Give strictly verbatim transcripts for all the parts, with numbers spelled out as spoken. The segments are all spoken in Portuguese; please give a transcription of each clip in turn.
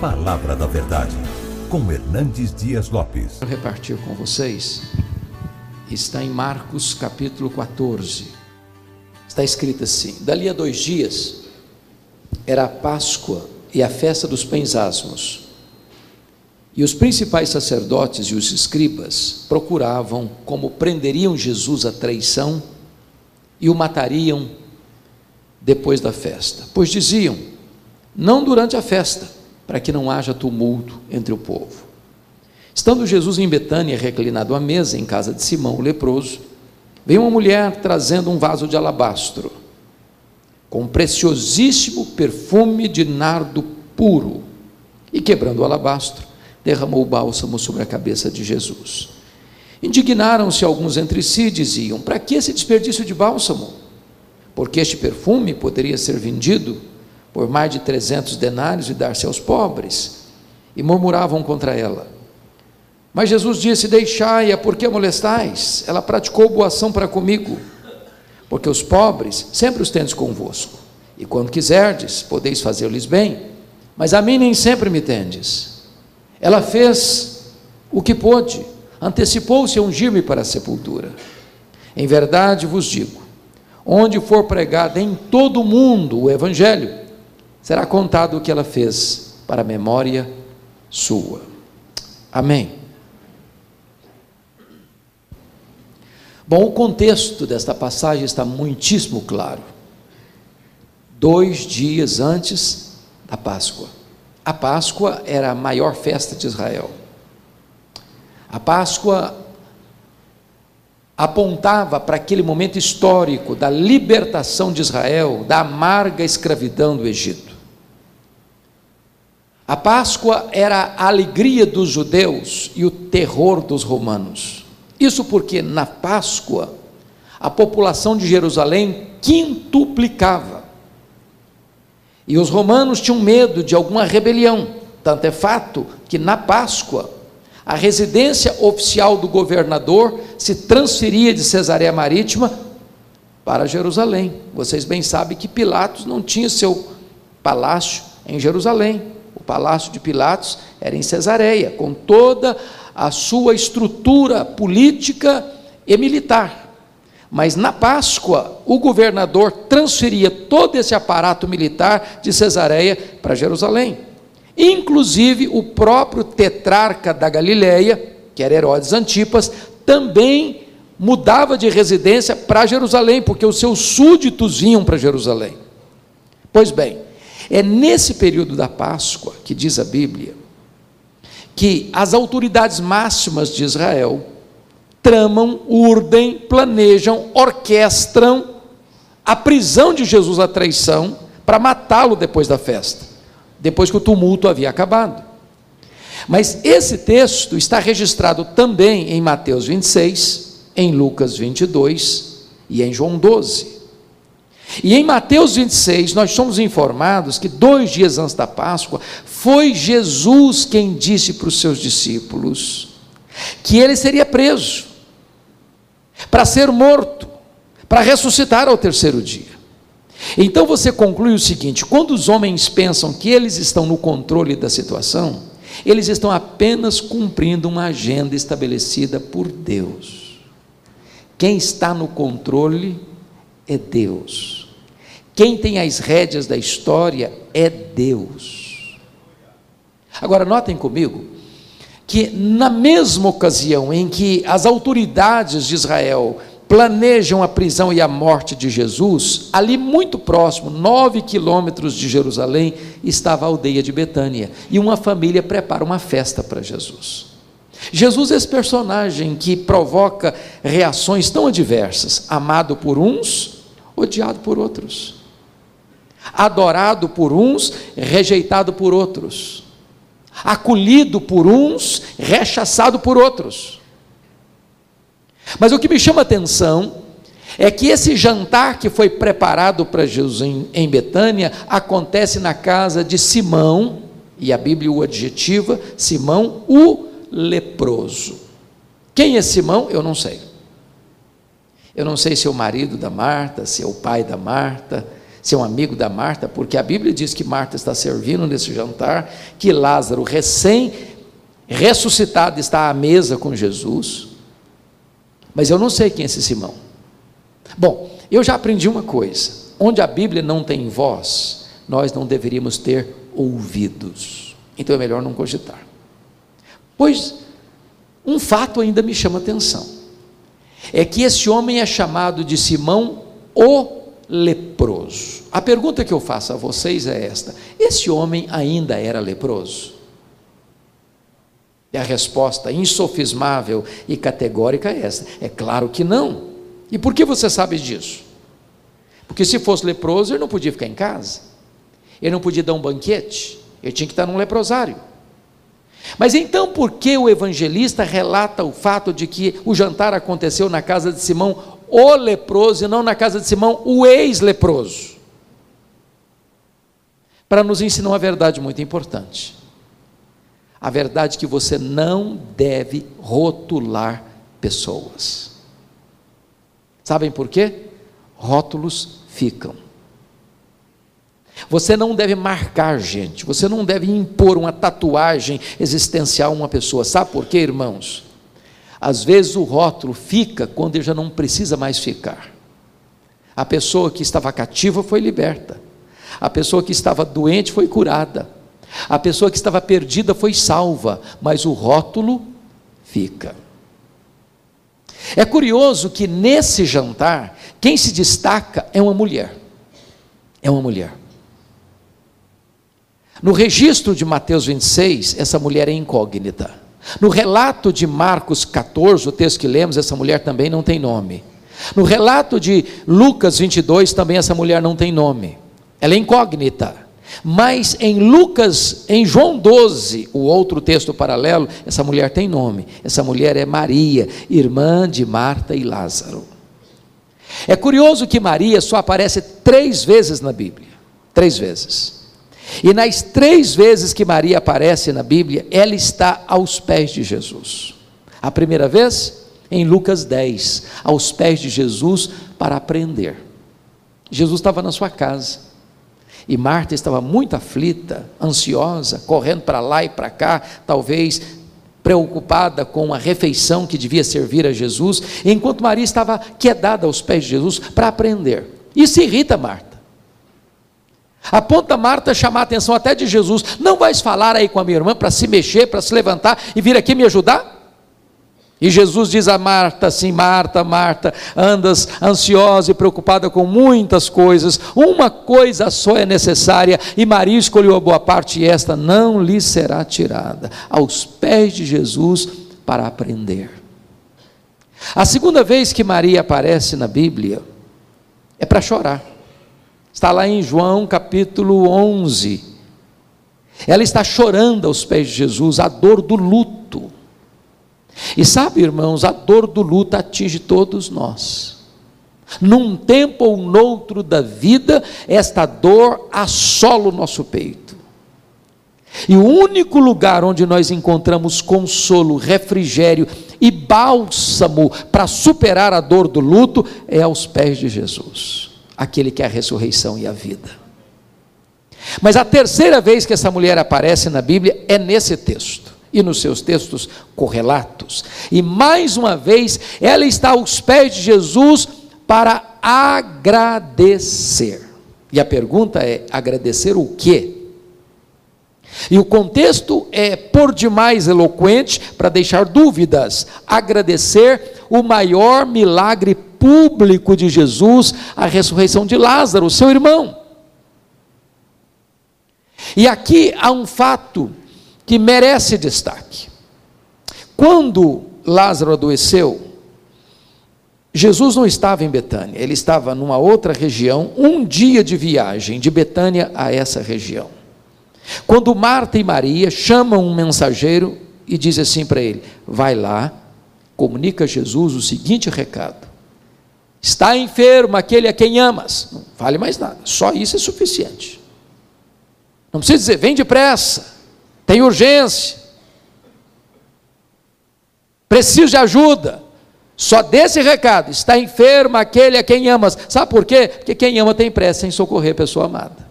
Palavra da Verdade, com Hernandes Dias Lopes. Vou repartir com vocês, está em Marcos capítulo quatorze, está escrito assim: dali a dois dias, era a Páscoa e a festa dos pães asmos, e os principais sacerdotes e os escribas procuravam como prenderiam Jesus à traição e o matariam depois da festa, pois diziam: não durante a festa, para que não haja tumulto entre o povo. Estando Jesus em Betânia, reclinado à mesa em casa de Simão o leproso, veio uma mulher trazendo um vaso de alabastro com um preciosíssimo perfume de nardo puro, e quebrando o alabastro, derramou o bálsamo sobre a cabeça de Jesus. Indignaram-se alguns entre si e diziam: para que esse desperdício de bálsamo? Porque este perfume poderia ser vendido por mais de trezentos denários e dar-se aos pobres. E murmuravam contra ela. Mas Jesus disse: deixai-a, porque a molestais? Ela praticou boa ação para comigo, porque os pobres sempre os tendes convosco, e quando quiserdes, podeis fazer-lhes bem, mas a mim nem sempre me tendes. Ela fez o que pôde, antecipou-se a ungir-me para a sepultura. Em verdade vos digo, onde for pregado em todo o mundo o evangelho, será contado o que ela fez para a memória sua. Amém. Bom, o contexto desta passagem está muitíssimo claro. Dois dias antes da Páscoa. A Páscoa era a maior festa de Israel. A Páscoa apontava para aquele momento histórico da libertação de Israel da amarga escravidão do Egito. A Páscoa era a alegria dos judeus e o terror dos romanos. Isso porque na Páscoa a população de Jerusalém quintuplicava, e os romanos tinham medo de alguma rebelião. Tanto é fato que na Páscoa a residência oficial do governador se transferia de Cesareia Marítima para Jerusalém. Vocês bem sabem que Pilatos não tinha seu palácio em Jerusalém. O palácio de Pilatos era em Cesareia, com toda a sua estrutura política e militar. Mas na Páscoa, o governador transferia todo esse aparato militar de Cesareia para Jerusalém. Inclusive o próprio tetrarca da Galileia, que era Herodes Antipas, também mudava de residência para Jerusalém, porque os seus súditos vinham para Jerusalém. Pois bem, é nesse período da Páscoa que diz a Bíblia que as autoridades máximas de Israel tramam, urdem, planejam, orquestram a prisão de Jesus à traição para matá-lo depois da festa, depois que o tumulto havia acabado. Mas esse texto está registrado também em Mateus vinte e seis, em Lucas vinte e dois e em João doze. E em Mateus vinte e seis nós somos informados que dois dias antes da Páscoa foi Jesus quem disse para os seus discípulos que ele seria preso, para ser morto, para ressuscitar ao terceiro dia. Então você conclui o seguinte: quando os homens pensam que eles estão no controle da situação, eles estão apenas cumprindo uma agenda estabelecida por Deus. Quem está no controle é Deus. Quem tem as rédeas da história é Deus. Agora notem comigo que na mesma ocasião em que as autoridades de Israel planejam a prisão e a morte de Jesus, ali muito próximo, nove quilômetros de Jerusalém, estava a aldeia de Betânia, e uma família prepara uma festa para Jesus. Jesus é esse personagem que provoca reações tão adversas: amado por uns, odiado por outros, adorado por uns, rejeitado por outros, acolhido por uns, rechaçado por outros. Mas o que me chama a atenção é que esse jantar que foi preparado para Jesus em, em Betânia acontece na casa de Simão, e a Bíblia o adjetiva Simão o leproso. Quem é Simão? Eu não sei. Eu não sei se é o marido da Marta, se é o pai da Marta, ser um amigo da Marta, porque a Bíblia diz que Marta está servindo nesse jantar, que Lázaro, recém-ressuscitado, está à mesa com Jesus, mas eu não sei quem é esse Simão. Bom, eu já aprendi uma coisa: onde a Bíblia não tem voz, nós não deveríamos ter ouvidos, então é melhor não cogitar. Pois um fato ainda me chama a atenção, é que esse homem é chamado de Simão o leproso. A pergunta que eu faço a vocês é esta: esse homem ainda era leproso? E a resposta insofismável e categórica é esta: é claro que não. E por que você sabe disso? Porque se fosse leproso, ele não podia ficar em casa, ele não podia dar um banquete, ele tinha que estar num leprosário. Mas então por que o evangelista relata o fato de que o jantar aconteceu na casa de Simão o leproso e não na casa de Simão o ex-leproso? Para nos ensinar uma verdade muito importante, a verdade que você não deve rotular pessoas. Sabem por quê? Rótulos ficam. Você não deve marcar gente, você não deve impor uma tatuagem existencial a uma pessoa. Sabe por quê, irmãos? Às vezes o rótulo fica quando ele já não precisa mais ficar. A pessoa que estava cativa foi liberta, a pessoa que estava doente foi curada, a pessoa que estava perdida foi salva, mas o rótulo fica. É curioso que nesse jantar, quem se destaca é uma mulher, é uma mulher. No registro de Mateus vinte e seis, essa mulher é incógnita. No relato de Marcos quatorze, o texto que lemos, essa mulher também não tem nome. No relato de Lucas vinte e dois, também essa mulher não tem nome, ela é incógnita. Mas em Lucas, em João doze, o outro texto paralelo, essa mulher tem nome. Essa mulher é Maria, irmã de Marta e Lázaro. É curioso que Maria só aparece três vezes na Bíblia, três vezes. E nas três vezes que Maria aparece na Bíblia, ela está aos pés de Jesus. A primeira vez, em Lucas dez, aos pés de Jesus para aprender. Jesus estava na sua casa, e Marta estava muito aflita, ansiosa, correndo para lá e para cá, talvez preocupada com a refeição que devia servir a Jesus, enquanto Maria estava quedada aos pés de Jesus para aprender. Isso irrita Marta, a ponto da Marta chamar a atenção até de Jesus: não vais falar aí com a minha irmã para se mexer, para se levantar e vir aqui me ajudar? E Jesus diz a Marta assim: Marta, Marta, andas ansiosa e preocupada com muitas coisas, uma coisa só é necessária, e Maria escolheu a boa parte, e esta não lhe será tirada. Aos pés de Jesus para aprender. A segunda vez que Maria aparece na Bíblia é para chorar. Está lá em João capítulo onze. Ela está chorando aos pés de Jesus, a dor do luto. E sabe, irmãos, a dor do luto atinge todos nós. Num tempo ou noutro da vida, esta dor assola o nosso peito. E o único lugar onde nós encontramos consolo, refrigério e bálsamo para superar a dor do luto é aos pés de Jesus, aquele que é a ressurreição e a vida. Mas a terceira vez que essa mulher aparece na Bíblia é nesse texto e nos seus textos correlatos, e mais uma vez ela está aos pés de Jesus para agradecer. E a pergunta é: agradecer o quê? E o contexto é por demais eloquente para deixar dúvidas: agradecer o maior milagre público de Jesus, a ressurreição de Lázaro, seu irmão. E aqui há um fato que merece destaque. Quando Lázaro adoeceu, Jesus não estava em Betânia, ele estava numa outra região, um dia de viagem de Betânia a essa região. Quando Marta e Maria chamam um mensageiro e dizem assim para ele: vai lá, comunica a Jesus o seguinte recado: está enfermo aquele a quem amas. Não vale mais nada, só isso é suficiente. Não precisa dizer: vem depressa, tem urgência, preciso de ajuda. Só desse recado: está enfermo aquele a quem amas. Sabe por quê? Porque quem ama tem pressa em socorrer a pessoa amada.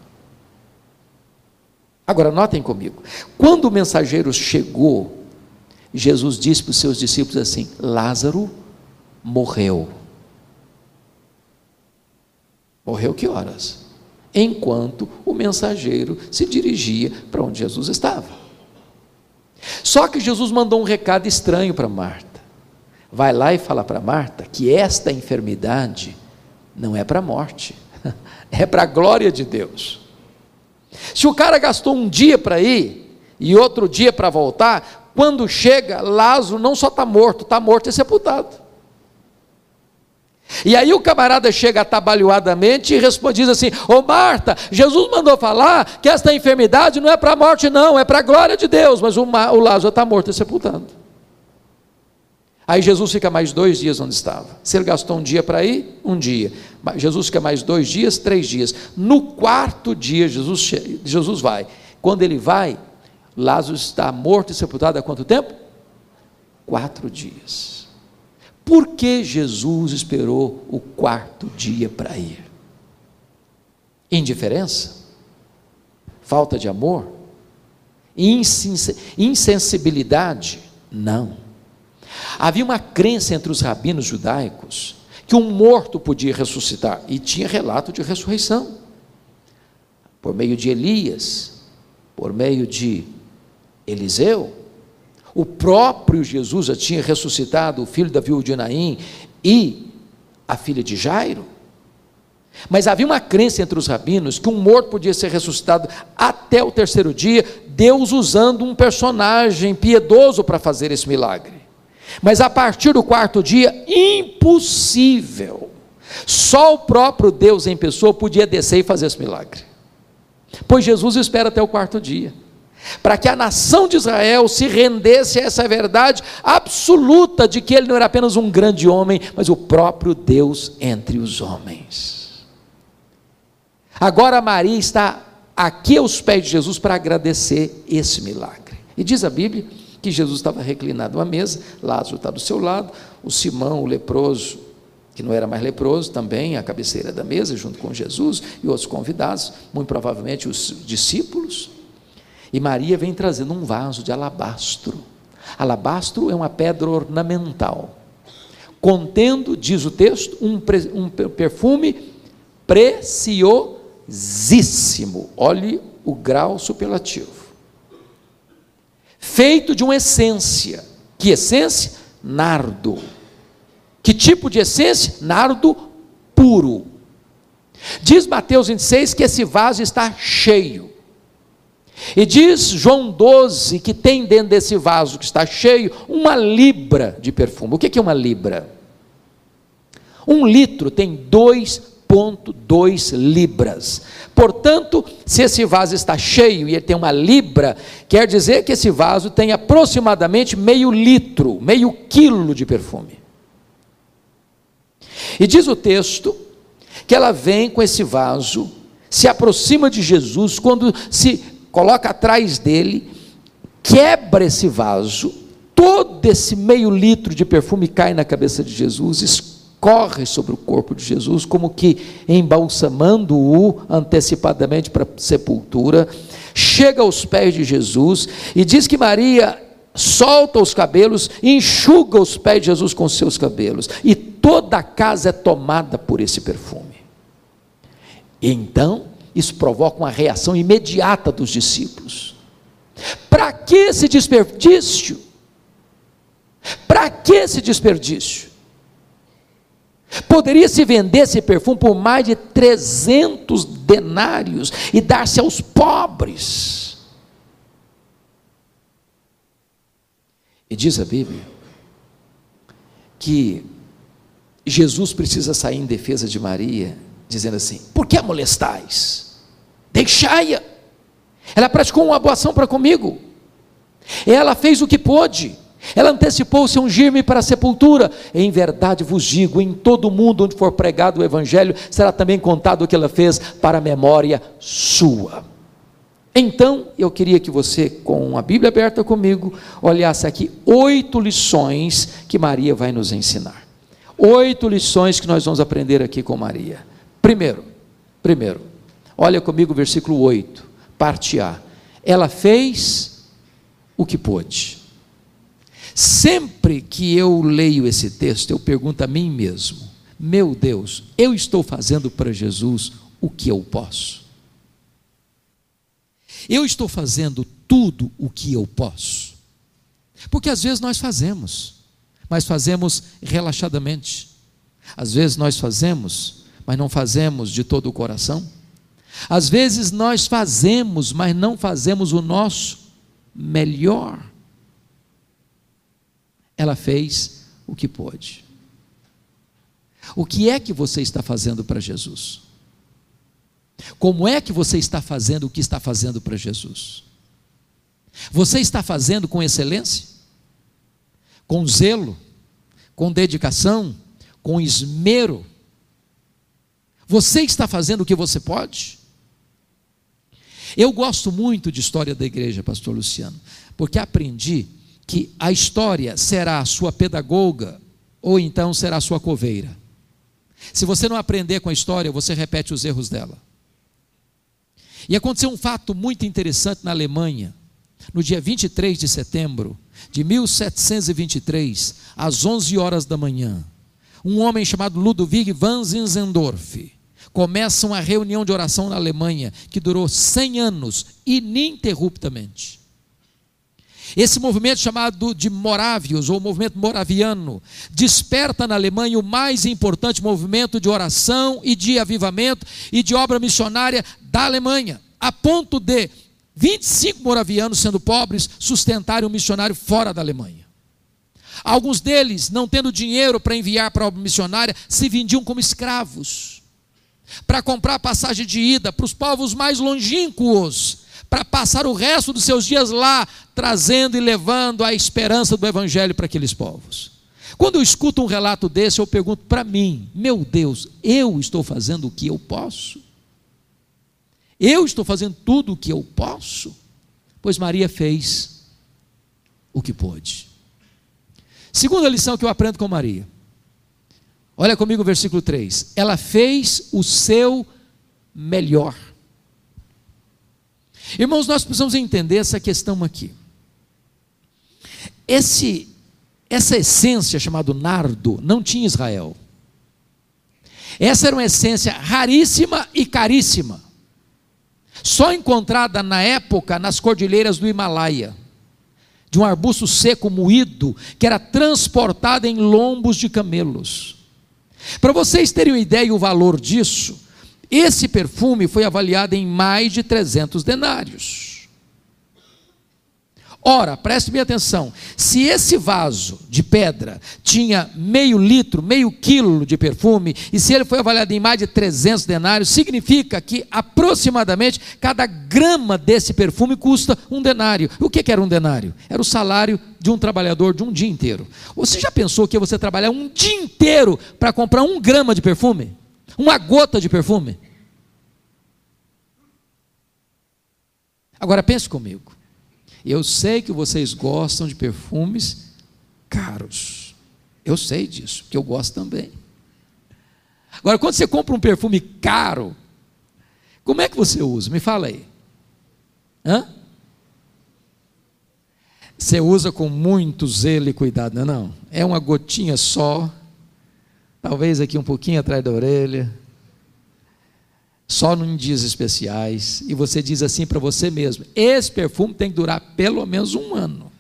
Agora notem comigo, quando o mensageiro chegou, Jesus disse para os seus discípulos assim: Lázaro morreu. Morreu que horas? Enquanto o mensageiro se dirigia para onde Jesus estava. Só que Jesus mandou um recado estranho para Marta. Vai lá e fala para Marta que esta enfermidade não é para a morte, é para a glória de Deus. Se o cara gastou um dia para ir e outro dia para voltar, quando chega, Lázaro não só está morto, está morto e sepultado. E aí o camarada chega atabalhoadamente e responde, diz assim: ô Marta, Jesus mandou falar que esta enfermidade não é para a morte não, é para a glória de Deus, mas o, o Lázaro está morto e sepultado. Aí Jesus fica mais dois dias onde estava. Se ele gastou um dia para ir, um dia. Jesus fica mais dois dias, três dias. No quarto dia Jesus, chega, Jesus vai. Quando ele vai, Lázaro está morto e sepultado há quanto tempo? Quatro dias. Por que Jesus esperou o quarto dia para ir? Indiferença? Falta de amor? Insensibilidade? Não. Havia uma crença entre os rabinos judaicos que um morto podia ressuscitar, e tinha relato de ressurreição, por meio de Elias, por meio de Eliseu. O próprio Jesus já tinha ressuscitado o filho da viúva de Naim e a filha de Jairo. Mas havia uma crença entre os rabinos que um morto podia ser ressuscitado até o terceiro dia, Deus usando um personagem piedoso para fazer esse milagre. Mas a partir do quarto dia, impossível. Só o próprio Deus em pessoa podia descer e fazer esse milagre. Pois Jesus espera até o quarto dia, para que a nação de Israel se rendesse a essa verdade absoluta de que ele não era apenas um grande homem, mas o próprio Deus entre os homens. Agora Maria está aqui aos pés de Jesus para agradecer esse milagre. E diz a Bíblia que Jesus estava reclinado à mesa, Lázaro está do seu lado, o Simão, o leproso, que não era mais leproso, também à cabeceira da mesa, junto com Jesus e outros convidados, muito provavelmente os discípulos. E Maria vem trazendo um vaso de alabastro. Alabastro é uma pedra ornamental, contendo, diz o texto, um, um perfume preciosíssimo. Olhe o grau superlativo. Feito de uma essência. Que essência? Nardo. Que tipo de essência? Nardo puro. Diz Mateus vinte e seis que esse vaso está cheio. E diz João doze que tem dentro desse vaso que está cheio uma libra de perfume. O que é uma libra? Um litro tem dois vírgula dois libras. Portanto, se esse vaso está cheio e ele tem uma libra, quer dizer que esse vaso tem aproximadamente meio litro, meio quilo de perfume. E diz o texto que ela vem com esse vaso, se aproxima de Jesus, quando se coloca atrás dele, quebra esse vaso, todo esse meio litro de perfume cai na cabeça de Jesus, escorre sobre o corpo de Jesus, como que embalsamando-o antecipadamente para a sepultura, chega aos pés de Jesus, e diz que Maria solta os cabelos, enxuga os pés de Jesus com seus cabelos, e toda a casa é tomada por esse perfume. E então, isso provoca uma reação imediata dos discípulos. Para que esse desperdício? Para que esse desperdício? Poderia se vender esse perfume por mais de trezentos denários e dar-se aos pobres. E diz a Bíblia que Jesus precisa sair em defesa de Maria, dizendo assim: por que a molestais? Deixai-a, ela praticou uma boa ação para comigo, ela fez o que pôde, ela antecipou-se a ungir-me para a sepultura. Em verdade vos digo, em todo o mundo onde for pregado o Evangelho, será também contado o que ela fez para a memória sua. Então, eu queria que você, com a Bíblia aberta comigo, olhasse aqui oito lições que Maria vai nos ensinar. Oito lições que nós vamos aprender aqui com Maria. Primeiro, primeiro, olha comigo o versículo oito, parte A. Ela fez o que pôde. Sempre que eu leio esse texto, eu pergunto a mim mesmo: meu Deus, eu estou fazendo para Jesus o que eu posso? Eu estou fazendo tudo o que eu posso? Porque às vezes nós fazemos, mas fazemos relaxadamente. Às vezes nós fazemos, mas não fazemos de todo o coração. Às vezes nós fazemos, mas não fazemos o nosso melhor. Ela fez o que pôde. O que é que você está fazendo para Jesus? Como é que você está fazendo o que está fazendo para Jesus? Você está fazendo com excelência? Com zelo? Com dedicação? Com esmero? Você está fazendo o que você pode? Eu gosto muito de história da igreja, pastor Luciano, porque aprendi que a história será a sua pedagoga, ou então será a sua coveira. Se você não aprender com a história, você repete os erros dela. E aconteceu um fato muito interessante na Alemanha, no dia vinte e três de setembro de mil setecentos e vinte e três, às onze horas da manhã, um homem chamado Ludwig van Zinzendorf começa uma reunião de oração na Alemanha, que durou cem anos, ininterruptamente. Esse movimento chamado de Morávios, ou movimento moraviano, desperta na Alemanha o mais importante movimento de oração e de avivamento e de obra missionária da Alemanha, a ponto de vinte e cinco moravianos, sendo pobres, sustentarem um missionário fora da Alemanha. Alguns deles, não tendo dinheiro para enviar para a obra missionária, se vendiam como escravos, para comprar passagem de ida para os povos mais longínquos, para passar o resto dos seus dias lá, trazendo e levando a esperança do evangelho para aqueles povos. Quando eu escuto um relato desse, eu pergunto para mim: meu Deus, eu estou fazendo o que eu posso? Eu estou fazendo tudo o que eu posso? Pois Maria fez o que pôde. Segunda lição que eu aprendo com Maria, olha comigo o versículo três, ela fez o seu melhor. Irmãos, nós precisamos entender essa questão aqui. Esse, essa essência chamada nardo não tinha Israel. Essa era uma essência raríssima e caríssima, só encontrada na época nas cordilheiras do Himalaia, de um arbusto seco moído, que era transportado em lombos de camelos. Para vocês terem uma ideia e o valor disso, esse perfume foi avaliado em mais de trezentos denários. Ora, preste bem atenção, se esse vaso de pedra tinha meio litro, meio quilo de perfume, e se ele foi avaliado em mais de trezentos denários, significa que aproximadamente cada grama desse perfume custa um denário. O que era um denário? Era o salário de um trabalhador de um dia inteiro. Você já pensou que você trabalhar um dia inteiro para comprar um grama de perfume? Uma gota de perfume? Agora pense comigo. Eu sei que vocês gostam de perfumes caros. Eu sei disso, porque eu gosto também. Agora, quando você compra um perfume caro, como é que você usa? Me fala aí. Hã? Você usa com muito zelo e cuidado, não é não? É uma gotinha só, talvez aqui um pouquinho atrás da orelha, só em dias especiais, e você diz assim para você mesmo: esse perfume tem que durar pelo menos um ano.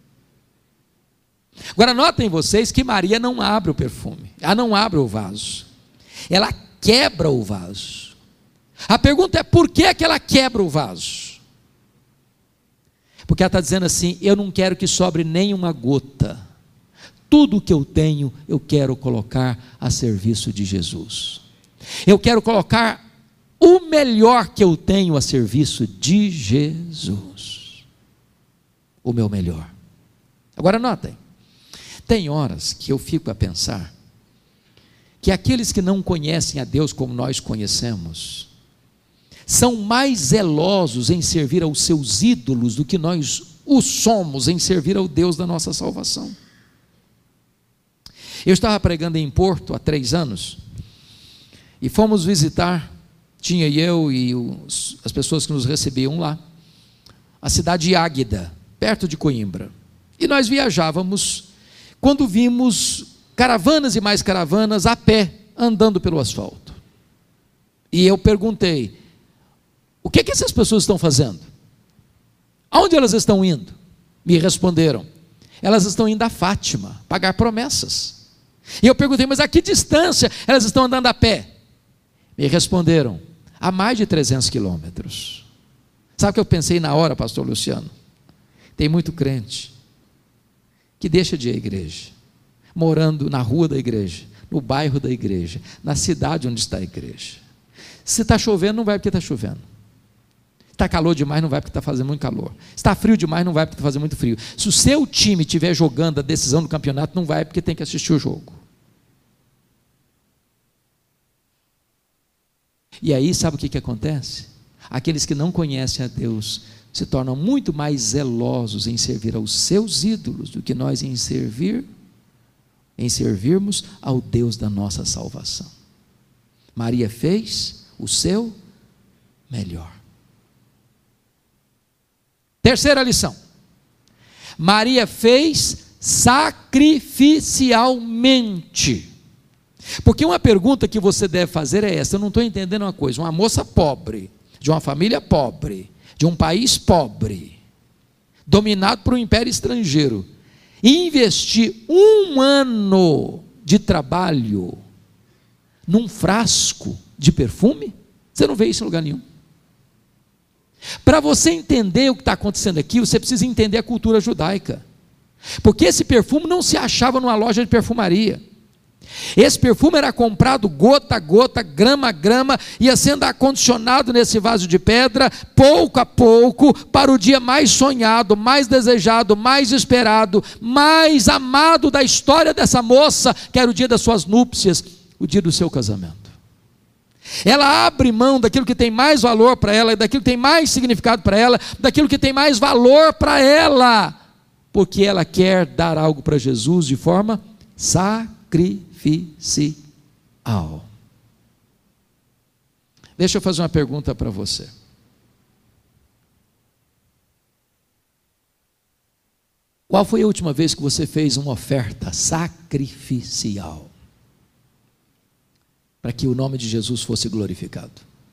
Agora notem vocês que Maria não abre o perfume, ela não abre o vaso, ela quebra o vaso. A pergunta é: por que que ela quebra o vaso? Porque ela está dizendo assim: eu não quero que sobre nenhuma gota, tudo o que eu tenho eu quero colocar a serviço de Jesus, eu quero colocar o melhor que eu tenho a serviço de Jesus, o meu melhor. Agora notem, tem horas que eu fico a pensar que aqueles que não conhecem a Deus como nós conhecemos, são mais zelosos em servir aos seus ídolos do que nós o somos em servir ao Deus da nossa salvação. Eu estava pregando em Porto há três anos, e fomos visitar, tinha eu e os, as pessoas que nos recebiam lá, a cidade de Águeda, perto de Coimbra. E nós viajávamos, quando vimos caravanas e mais caravanas a pé, andando pelo asfalto. E eu perguntei, o que é que essas pessoas estão fazendo? Aonde elas estão indo? Me responderam, elas estão indo a Fátima, pagar promessas. E eu perguntei, mas a que distância elas estão andando a pé? Me responderam, a mais de trezentos quilômetros. Sabe o que eu pensei na hora, pastor Luciano? Tem muito crente que deixa de ir à igreja, morando na rua da igreja, no bairro da igreja, na cidade onde está a igreja. Se está chovendo, não vai porque está chovendo. Está calor demais, não vai porque está fazendo muito calor. Está frio demais, não vai porque está fazendo muito frio. Se o seu time estiver jogando a decisão do campeonato, não vai porque tem que assistir o jogo. E aí, sabe o que, que acontece? Aqueles que não conhecem a Deus se tornam muito mais zelosos em servir aos seus ídolos do que nós em servir, em servirmos ao Deus da nossa salvação. Maria fez o seu melhor. Terceira lição, Maria fez sacrificialmente. Porque uma pergunta que você deve fazer é essa, eu não estou entendendo uma coisa, uma moça pobre, de uma família pobre, de um país pobre, dominado por um império estrangeiro, investir um ano de trabalho num frasco de perfume? Você não vê isso em lugar nenhum. Para você entender o que está acontecendo aqui, você precisa entender a cultura judaica, porque esse perfume não se achava numa loja de perfumaria. Esse perfume era comprado gota a gota, grama a grama, ia sendo acondicionado nesse vaso de pedra, pouco a pouco, para o dia mais sonhado, mais desejado, mais esperado, mais amado da história dessa moça, que era o dia das suas núpcias, o dia do seu casamento. Ela abre mão daquilo que tem mais valor para ela, daquilo que tem mais significado para ela, daquilo que tem mais valor para ela, porque ela quer dar algo para Jesus de forma sacrificial. Deixa eu fazer uma pergunta para você. Qual foi a última vez que você fez uma oferta sacrificial para que o nome de Jesus fosse glorificado?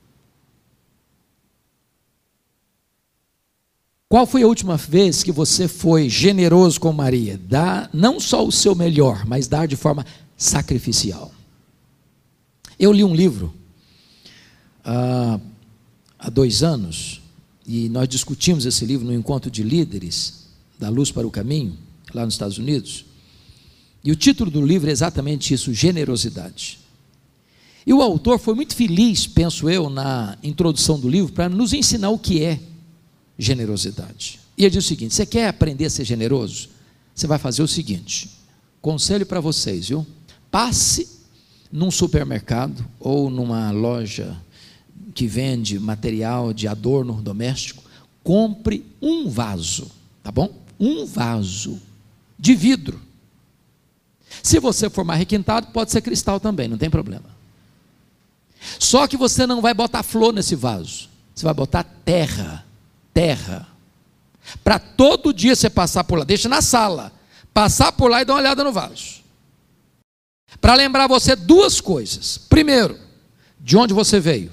Qual foi a última vez que você foi generoso com Maria? Dar não só o seu melhor, mas dar de forma sacrificial. Eu li um livro ah, há dois anos, e nós discutimos esse livro no encontro de líderes da Luz para o Caminho, lá nos Estados Unidos, e o título do livro é exatamente isso, generosidade. E o autor foi muito feliz, penso eu, na introdução do livro, para nos ensinar o que é generosidade. E ele diz o seguinte: você quer aprender a ser generoso? Você vai fazer o seguinte, conselho para vocês, viu? Passe num supermercado ou numa loja que vende material de adorno doméstico, compre um vaso, tá bom? Um vaso de vidro. Se você for mais requintado, pode ser cristal também, não tem problema. Só que você não vai botar flor nesse vaso, você vai botar terra, terra, para todo dia você passar por lá, deixa na sala, passar por lá e dar uma olhada no vaso, para lembrar você duas coisas. Primeiro, de onde você veio?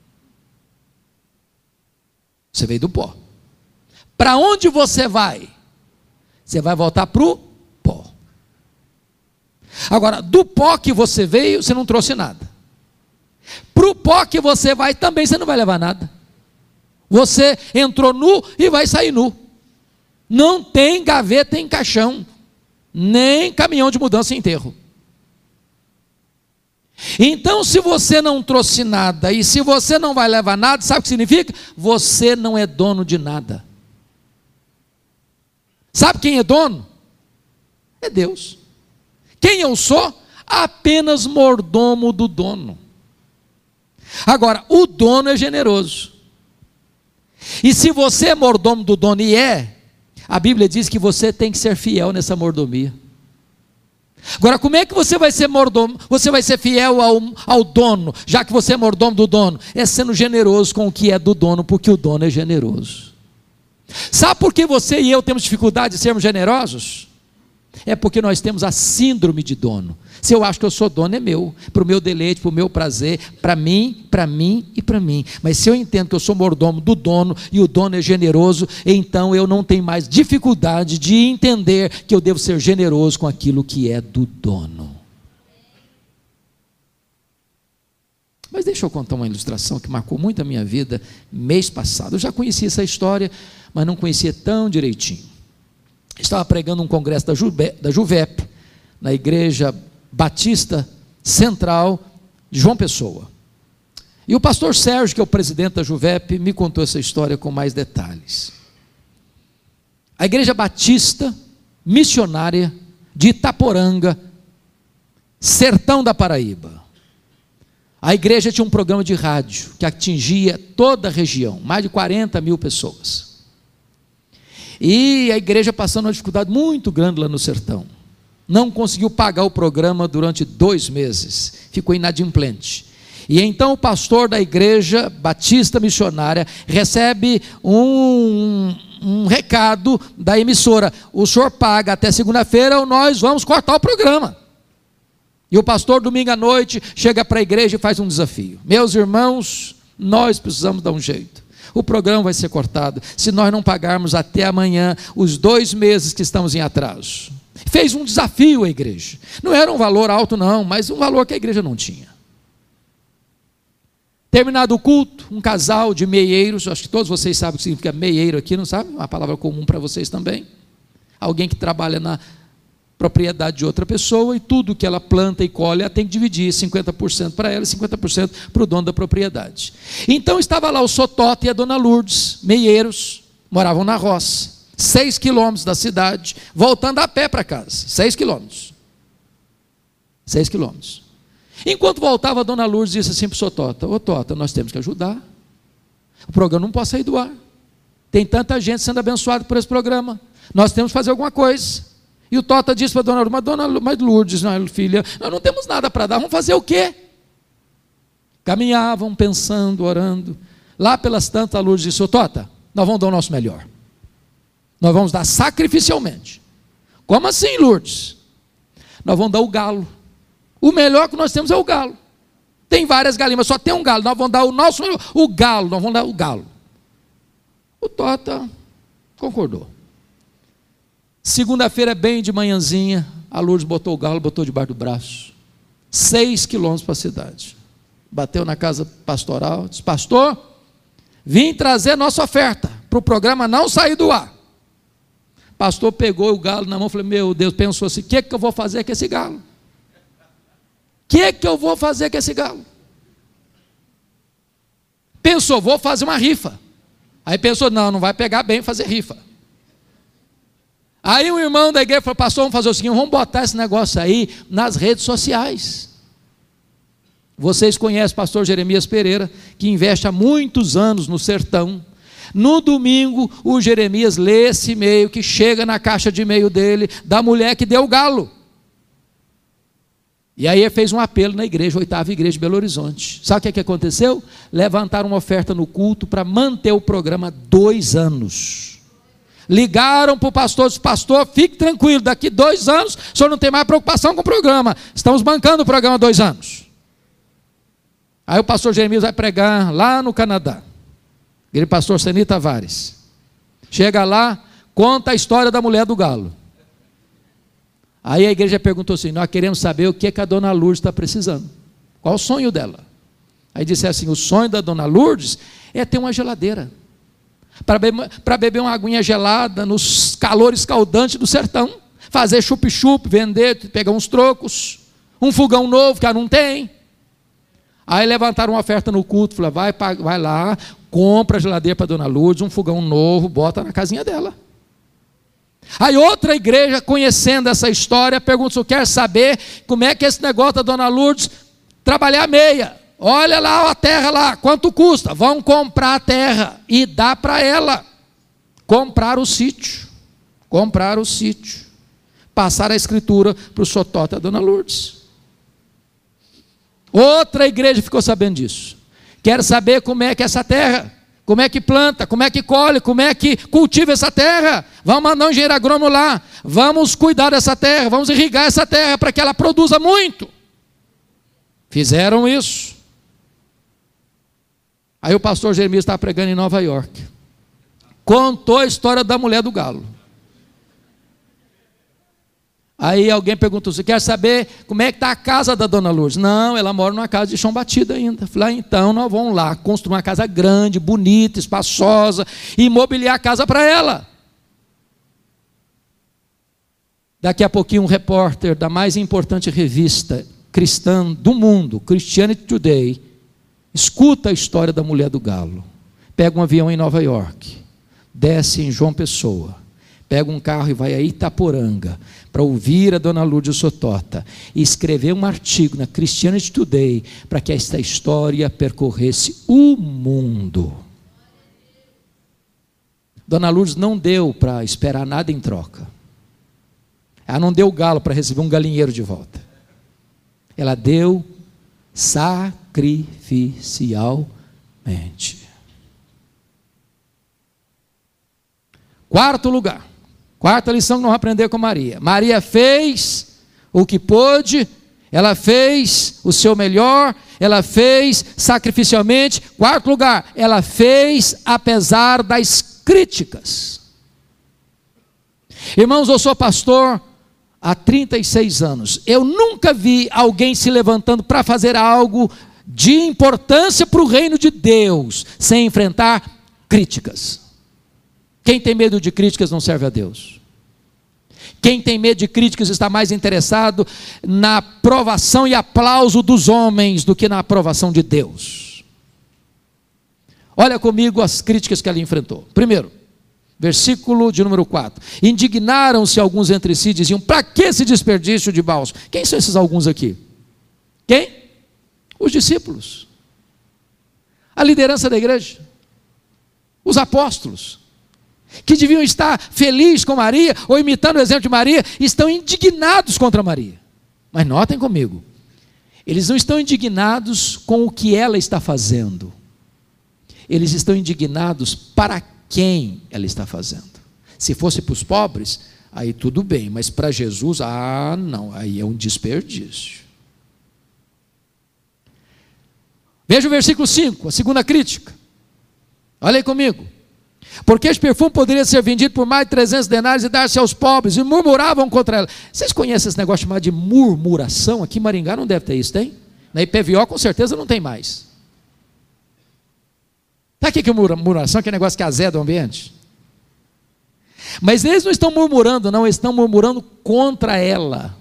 Você veio do pó. Para onde você vai? Você vai voltar para o pó. Agora, do pó que você veio, você não trouxe nada. Para o pó que você vai, também você não vai levar nada. Você entrou nu e vai sair nu. Não tem gaveta em caixão, nem caminhão de mudança em enterro. Então, se você não trouxe nada, e se você não vai levar nada, sabe o que significa? Você não é dono de nada. Sabe quem é dono? É Deus. Quem eu sou? Apenas mordomo do dono. Agora, o dono é generoso. E se você é mordomo do dono, e é, a Bíblia diz que você tem que ser fiel nessa mordomia. Agora, como é que você vai ser mordomo, você vai ser fiel ao, ao dono, já que você é mordomo do dono? É sendo generoso com o que é do dono, porque o dono é generoso. Sabe por que você e eu temos dificuldade de sermos generosos? É porque nós temos a síndrome de dono. Se eu acho que eu sou dono, é meu, para o meu deleite, para o meu prazer, para mim, para mim e para mim. Mas se eu entendo que eu sou mordomo do dono e o dono é generoso, então eu não tenho mais dificuldade de entender que eu devo ser generoso com aquilo que é do dono. Mas deixa eu contar uma ilustração que marcou muito a minha vida mês passado. Eu já conhecia essa história, mas não conhecia tão direitinho. Estava pregando um congresso da, Juve, da Juvep, na Igreja Batista Central de João Pessoa. E o pastor Sérgio, que é o presidente da Juvep, me contou essa história com mais detalhes. A Igreja Batista Missionária de Itaporanga, sertão da Paraíba. A igreja tinha um programa de rádio que atingia toda a região, mais de quarenta mil pessoas. E a igreja passando uma dificuldade muito grande lá no sertão. Não conseguiu pagar o programa durante dois meses, ficou inadimplente. E então o pastor da Igreja Batista Missionária recebe um, um recado da emissora: o senhor paga até segunda-feira ou nós vamos cortar o programa. E o pastor, domingo à noite, chega para a igreja e faz um desafio: meus irmãos, nós precisamos dar um jeito. O programa vai ser cortado se nós não pagarmos até amanhã os dois meses que estamos em atraso. Fez um desafio à igreja. Não era um valor alto não, mas um valor que a igreja não tinha. Terminado o culto, um casal de meieiros, acho que todos vocês sabem o que significa meieiro aqui, não sabe? Uma palavra comum para vocês também. Alguém que trabalha na propriedade de outra pessoa e tudo que ela planta e colhe, ela tem que dividir cinquenta por cento para ela e cinquenta por cento para o dono da propriedade. Então estava lá o Sotota e a dona Lourdes, meieiros, moravam na roça, seis quilômetros da cidade, voltando a pé para casa, seis quilômetros. Seis quilômetros. Enquanto voltava, a dona Lourdes disse assim para o Sotota: ô Tota, nós temos que ajudar, o programa não pode sair do ar, tem tanta gente sendo abençoada por esse programa, nós temos que fazer alguma coisa. E o Tota disse para a dona Lourdes: mas dona mas Lourdes, não, filha, nós não temos nada para dar, vamos fazer o quê? Caminhavam pensando, orando. Lá pelas tantas, a Lourdes disse: ô Tota, nós vamos dar o nosso melhor, nós vamos dar sacrificialmente. Como assim, Lourdes? Nós vamos dar o galo. O melhor que nós temos é o galo. Tem várias galinhas, mas só tem um galo. Nós vamos dar o nosso melhor, o galo, nós vamos dar o galo. O Tota concordou. Segunda-feira, bem de manhãzinha, a Lourdes botou o galo, botou debaixo do braço, seis quilômetros para a cidade, bateu na casa pastoral, disse: pastor, vim trazer nossa oferta, para o programa não sair do ar. O pastor pegou o galo na mão e falou: meu Deus, pensou assim, o que, que eu vou fazer com esse galo? O que, que eu vou fazer com esse galo? Pensou, vou fazer uma rifa. Aí pensou, não, não vai pegar bem fazer rifa. Aí um irmão da igreja falou: pastor, vamos fazer o seguinte, vamos botar esse negócio aí nas redes sociais. Vocês conhecem o pastor Jeremias Pereira, que investe há muitos anos no sertão. No domingo, o Jeremias lê esse e-mail que chega na caixa de e-mail dele, da mulher que deu o galo. E aí ele fez um apelo na igreja, oitava igreja de Belo Horizonte. Sabe o que, é que aconteceu? Levantaram uma oferta no culto para manter o programa dois anos. Ligaram para o pastor, disse: pastor, fique tranquilo, daqui dois anos o senhor não tem mais preocupação com o programa, estamos bancando o programa há dois anos. Aí o pastor Jeremias vai pregar lá no Canadá, ele pastor Seni Tavares, chega lá, conta a história da mulher do galo. Aí a igreja perguntou assim: nós queremos saber o que, é que a dona Lourdes está precisando, qual o sonho dela? Aí disse assim: o sonho da dona Lourdes é ter uma geladeira, para beber, para beber uma aguinha gelada nos calores escaldantes do sertão, fazer chup-chup, vender, pegar uns trocos, um fogão novo que ela não tem. Aí levantaram uma oferta no culto, falaram: vai, vai lá, compra a geladeira para a dona Lourdes, um fogão novo, bota na casinha dela. Aí outra igreja, conhecendo essa história, pergunta: se eu quero saber como é que é esse negócio da dona Lourdes trabalhar meia. Olha lá a terra lá, quanto custa? Vão comprar a terra e dá para ela. Comprar o sítio. Comprar o sítio. passaram a escritura para o Sotota e a Dona Lourdes. Outra igreja ficou sabendo disso. Quer saber como é que é essa terra, como é que planta, como é que colhe, como é que cultiva essa terra. Vamos mandar um engenheiro agrônomo lá, vamos cuidar dessa terra, vamos irrigar essa terra para que ela produza muito. Fizeram isso. Aí o pastor Jeremias estava pregando em Nova York, contou a história da mulher do galo. Aí alguém perguntou: você quer saber como é que está a casa da Dona Lourdes? Não, ela mora numa casa de chão batido ainda. Falei: ah, então nós vamos lá construir uma casa grande, bonita, espaçosa, e mobiliar a casa para ela. Daqui a pouquinho um repórter da mais importante revista cristã do mundo, Christianity Today, escuta a história da mulher do galo, pega um avião em Nova York, desce em João Pessoa, pega um carro e vai a Itaporanga para ouvir a Dona Lourdes Sotota e escrever um artigo na Christianity Today para que esta história percorresse o mundo. Dona Lourdes não deu para esperar nada em troca. Ela não deu galo para receber um galinheiro de volta. Ela deu sacrificialmente. Quarto lugar, quarta lição que nós vamos aprender com Maria. Maria fez o que pôde, ela fez o seu melhor, ela fez sacrificialmente. Quarto lugar, ela fez apesar das críticas. Irmãos, eu sou pastor há trinta e seis anos, eu nunca vi alguém se levantando para fazer algo de importância para o reino de Deus, sem enfrentar críticas. Quem tem medo de críticas não serve a Deus. Quem tem medo de críticas está mais interessado na aprovação e aplauso dos homens do que na aprovação de Deus. Olha comigo as críticas que ela enfrentou. Primeiro, versículo de número quatro. Indignaram-se alguns entre si, diziam: para que esse desperdício de bálsamo? Quem são esses alguns aqui? Quem? Os discípulos, a liderança da igreja, os apóstolos, que deviam estar felizes com Maria, ou imitando o exemplo de Maria, estão indignados contra Maria. Mas notem comigo, eles não estão indignados com o que ela está fazendo, eles estão indignados para quem ela está fazendo. Se fosse para os pobres, aí tudo bem, mas para Jesus, ah não, aí é um desperdício. Veja o versículo cinco, a segunda crítica. Olha aí comigo. Porque este perfume poderia ser vendido por mais de trezentos denários e dar-se aos pobres, e murmuravam contra ela. Vocês conhecem esse negócio chamado de murmuração? Aqui em Maringá não deve ter isso, tem? Na I P V O com certeza não tem mais. Sabe o que é murmuração? Que é negócio que azeda o ambiente. Mas eles não estão murmurando, não, eles estão murmurando contra ela.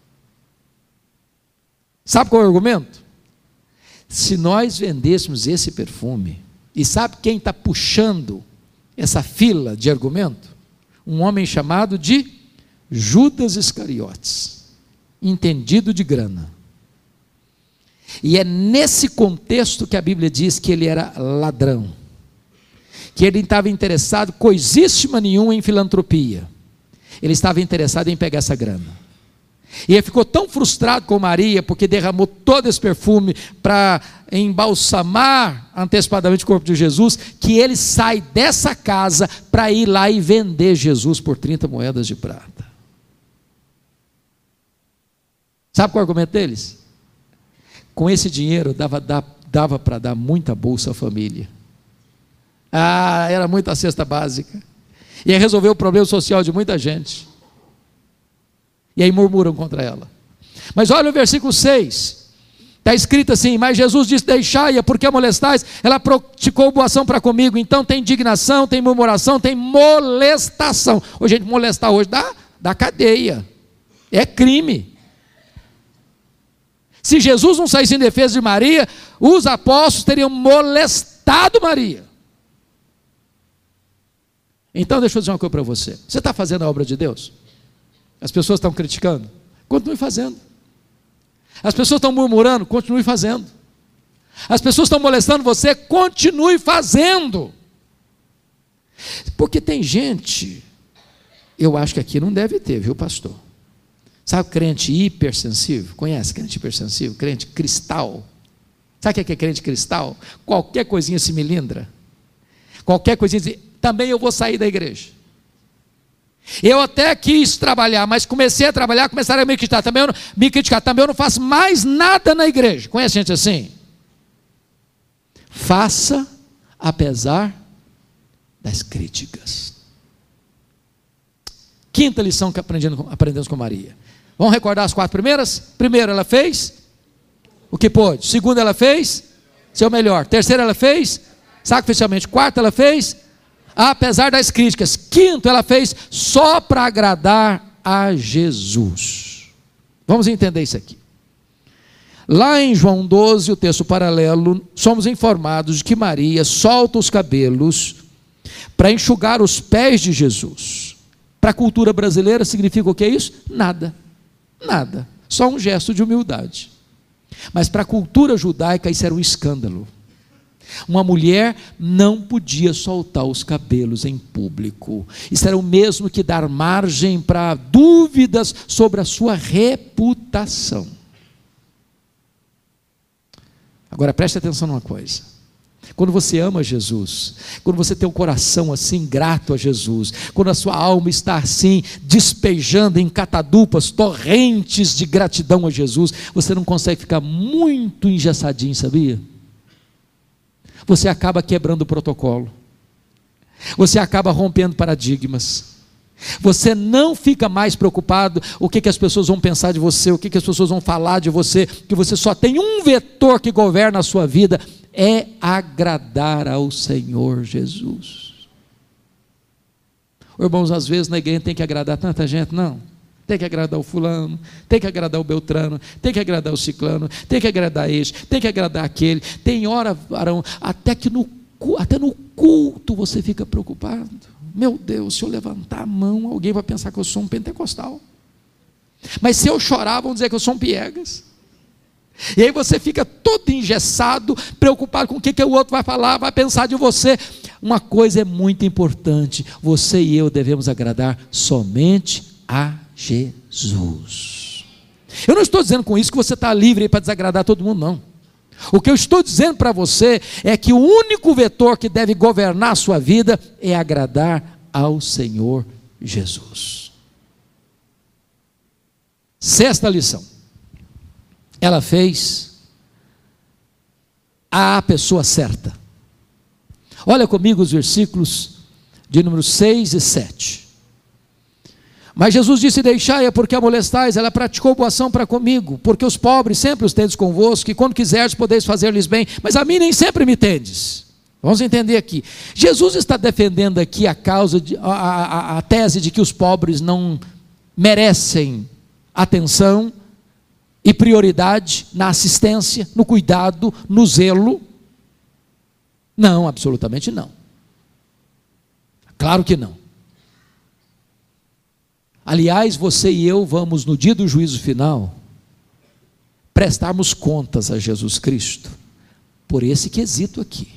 Sabe qual é o argumento? Se nós vendêssemos esse perfume, e sabe quem está puxando essa fila de argumento? Um homem chamado de Judas Iscariotes, entendido de grana. E é nesse contexto que a Bíblia diz que ele era ladrão, que ele estava interessado coisíssima nenhuma em filantropia, ele estava interessado em pegar essa grana. E ele ficou tão frustrado com Maria, porque derramou todo esse perfume para embalsamar antecipadamente o corpo de Jesus, que ele sai dessa casa para ir lá e vender Jesus por trinta moedas de prata. Sabe qual é o argumento deles? Com esse dinheiro dava, dava para dar muita bolsa à família. Ah, era muita cesta básica. Ia resolver o problema social de muita gente. E aí murmuram contra ela. Mas olha o versículo seis. Está escrito assim: mas Jesus disse: deixai-a, porque a molestais, ela praticou boa ação para comigo. Então tem indignação, tem murmuração, tem molestação. Hoje, gente, molestar hoje dá, dá cadeia. É crime. Se Jesus não saísse em defesa de Maria, os apóstolos teriam molestado Maria. Então deixa eu dizer uma coisa para você. Você está fazendo a obra de Deus? As pessoas estão criticando? Continue fazendo. As pessoas estão murmurando? Continue fazendo. As pessoas estão molestando você? Continue fazendo. Porque tem gente, eu acho que aqui não deve ter, viu, pastor? Sabe crente hipersensível? Conhece crente hipersensível? Crente cristal? Sabe o que é crente cristal? Qualquer coisinha se melindra. Qualquer coisinha diz, também eu vou sair da igreja. Eu até quis trabalhar, mas comecei a trabalhar, começaram a me criticar. Também eu não, me criticar, também eu não faço mais nada na igreja. Conhece gente assim? Faça apesar das críticas. Quinta lição que aprendemos, aprendemos com Maria. Vamos recordar as quatro primeiras? Primeiro, ela fez o que pôde. Segundo, ela fez seu melhor. Terceiro, ela fez sacrificialmente. Quarto, ela fez apesar das críticas. Quinto, ela fez só para agradar a Jesus. Vamos entender isso aqui. Lá em João doze, o texto paralelo, somos informados de que Maria solta os cabelos para enxugar os pés de Jesus. Para a cultura brasileira significa o que é isso? Nada, nada, só um gesto de humildade. Mas para a cultura judaica isso era um escândalo. Uma mulher não podia soltar os cabelos em público. Isso era o mesmo que dar margem para dúvidas sobre a sua reputação. Agora preste atenção numa coisa. Quando você ama Jesus, quando você tem um coração assim grato a Jesus, quando a sua alma está assim despejando em catadupas, torrentes de gratidão a Jesus, você não consegue ficar muito engessadinho, sabia? Você acaba quebrando o protocolo, você acaba rompendo paradigmas, você não fica mais preocupado o que, que as pessoas vão pensar de você, o que, que as pessoas vão falar de você, que você só tem um vetor que governa a sua vida, é agradar ao Senhor Jesus. Irmãos, às vezes na igreja tem que agradar tanta gente, não, tem que agradar o fulano, tem que agradar o beltrano, tem que agradar o ciclano, tem que agradar este, tem que agradar aquele, tem hora, varão, até que no, até no culto você fica preocupado. Meu Deus, se eu levantar a mão, alguém vai pensar que eu sou um pentecostal. Mas se eu chorar, vão dizer que eu sou um piegas. E aí você fica todo engessado, preocupado com o que, que o outro vai falar, vai pensar de você. Uma coisa é muito importante: você e eu devemos agradar somente a Jesus. Eu não estou dizendo com isso que você está livre para desagradar todo mundo, não. O que eu estou dizendo para você é que o único vetor que deve governar a sua vida é agradar ao Senhor Jesus. Sexta lição. Ela fez a pessoa certa. Olha comigo os versículos de número seis e sete. Mas Jesus disse: deixai-a, porque a molestais, ela praticou boa ação para comigo, porque os pobres sempre os tendes convosco, e quando quiserdes podeis fazer-lhes bem, mas a mim nem sempre me tendes. Vamos entender aqui. Jesus está defendendo aqui a causa, de, a, a, a tese de que os pobres não merecem atenção e prioridade na assistência, no cuidado, no zelo. Não, absolutamente não. Claro que não. Aliás, você e eu vamos, no dia do juízo final, prestarmos contas a Jesus Cristo por esse quesito aqui.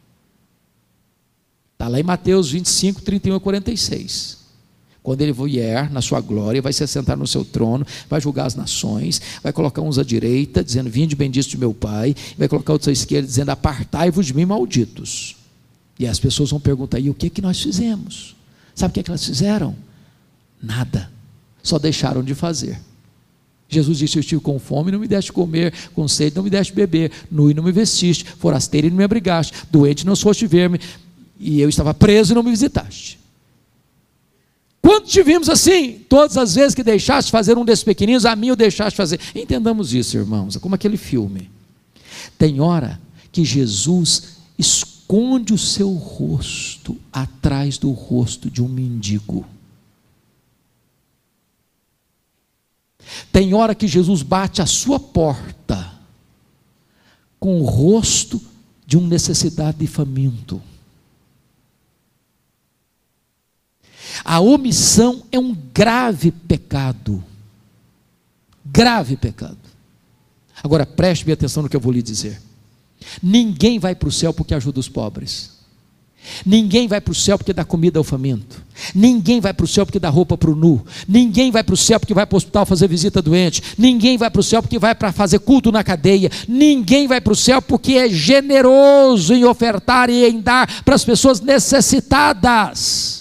Está lá em Mateus vinte e cinco, trinta e um a quarenta e seis. Quando ele vier na sua glória, vai se assentar no seu trono, vai julgar as nações, vai colocar uns à direita, dizendo: vinde bendito de meu Pai, vai colocar outros à esquerda, dizendo: apartai-vos de mim, malditos. E as pessoas vão perguntar: e o que que nós fizemos? Sabe o que é que elas fizeram? Nada, só deixaram de fazer. Jesus disse: eu estive com fome e não me deste comer, com sede não me deste beber, nu e não me vestiste, forasteiro e não me abrigaste, doente não foste ver-me, e eu estava preso e não me visitaste. Quando te vimos assim? Todas as vezes que deixaste fazer um desses pequeninos, a mim o deixaste fazer. Entendamos isso, irmãos, é como aquele filme. Tem hora que Jesus esconde o seu rosto atrás do rosto de um mendigo. Tem hora que Jesus bate a sua porta com o rosto de um necessitado e faminto. A omissão é um grave pecado. Grave pecado. Agora preste bem atenção no que eu vou lhe dizer. Ninguém vai para o céu porque ajuda os pobres. Ninguém vai para o céu porque dá comida ao faminto. Ninguém vai para o céu porque dá roupa para o nu. Ninguém vai para o céu porque vai para o hospital fazer visita doente. Ninguém vai para o céu porque vai para fazer culto na cadeia. Ninguém vai para o céu porque é generoso em ofertar e em dar para as pessoas necessitadas.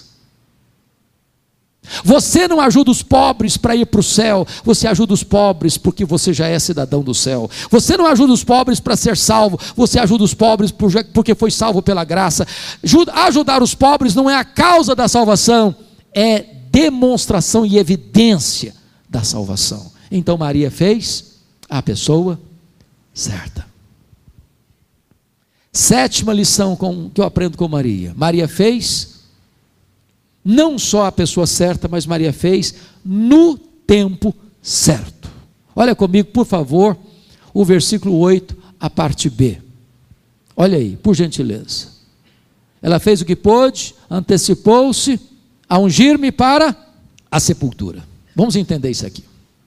Você não ajuda os pobres para ir para o céu, você ajuda os pobres porque você já é cidadão do céu. Você não ajuda os pobres para ser salvo, você ajuda os pobres porque foi salvo pela graça. Ajudar os pobres não é a causa da salvação, é demonstração e evidência da salvação. Então Maria fez a pessoa certa. Sétima lição com, que eu aprendo com Maria: Maria fez não só a pessoa certa, mas Maria fez no tempo certo. Olha comigo, por favor, o versículo oito, a parte B. Olha aí, por gentileza. Ela fez o que pôde, antecipou-se a ungir-me para a sepultura. Vamos entender isso aqui.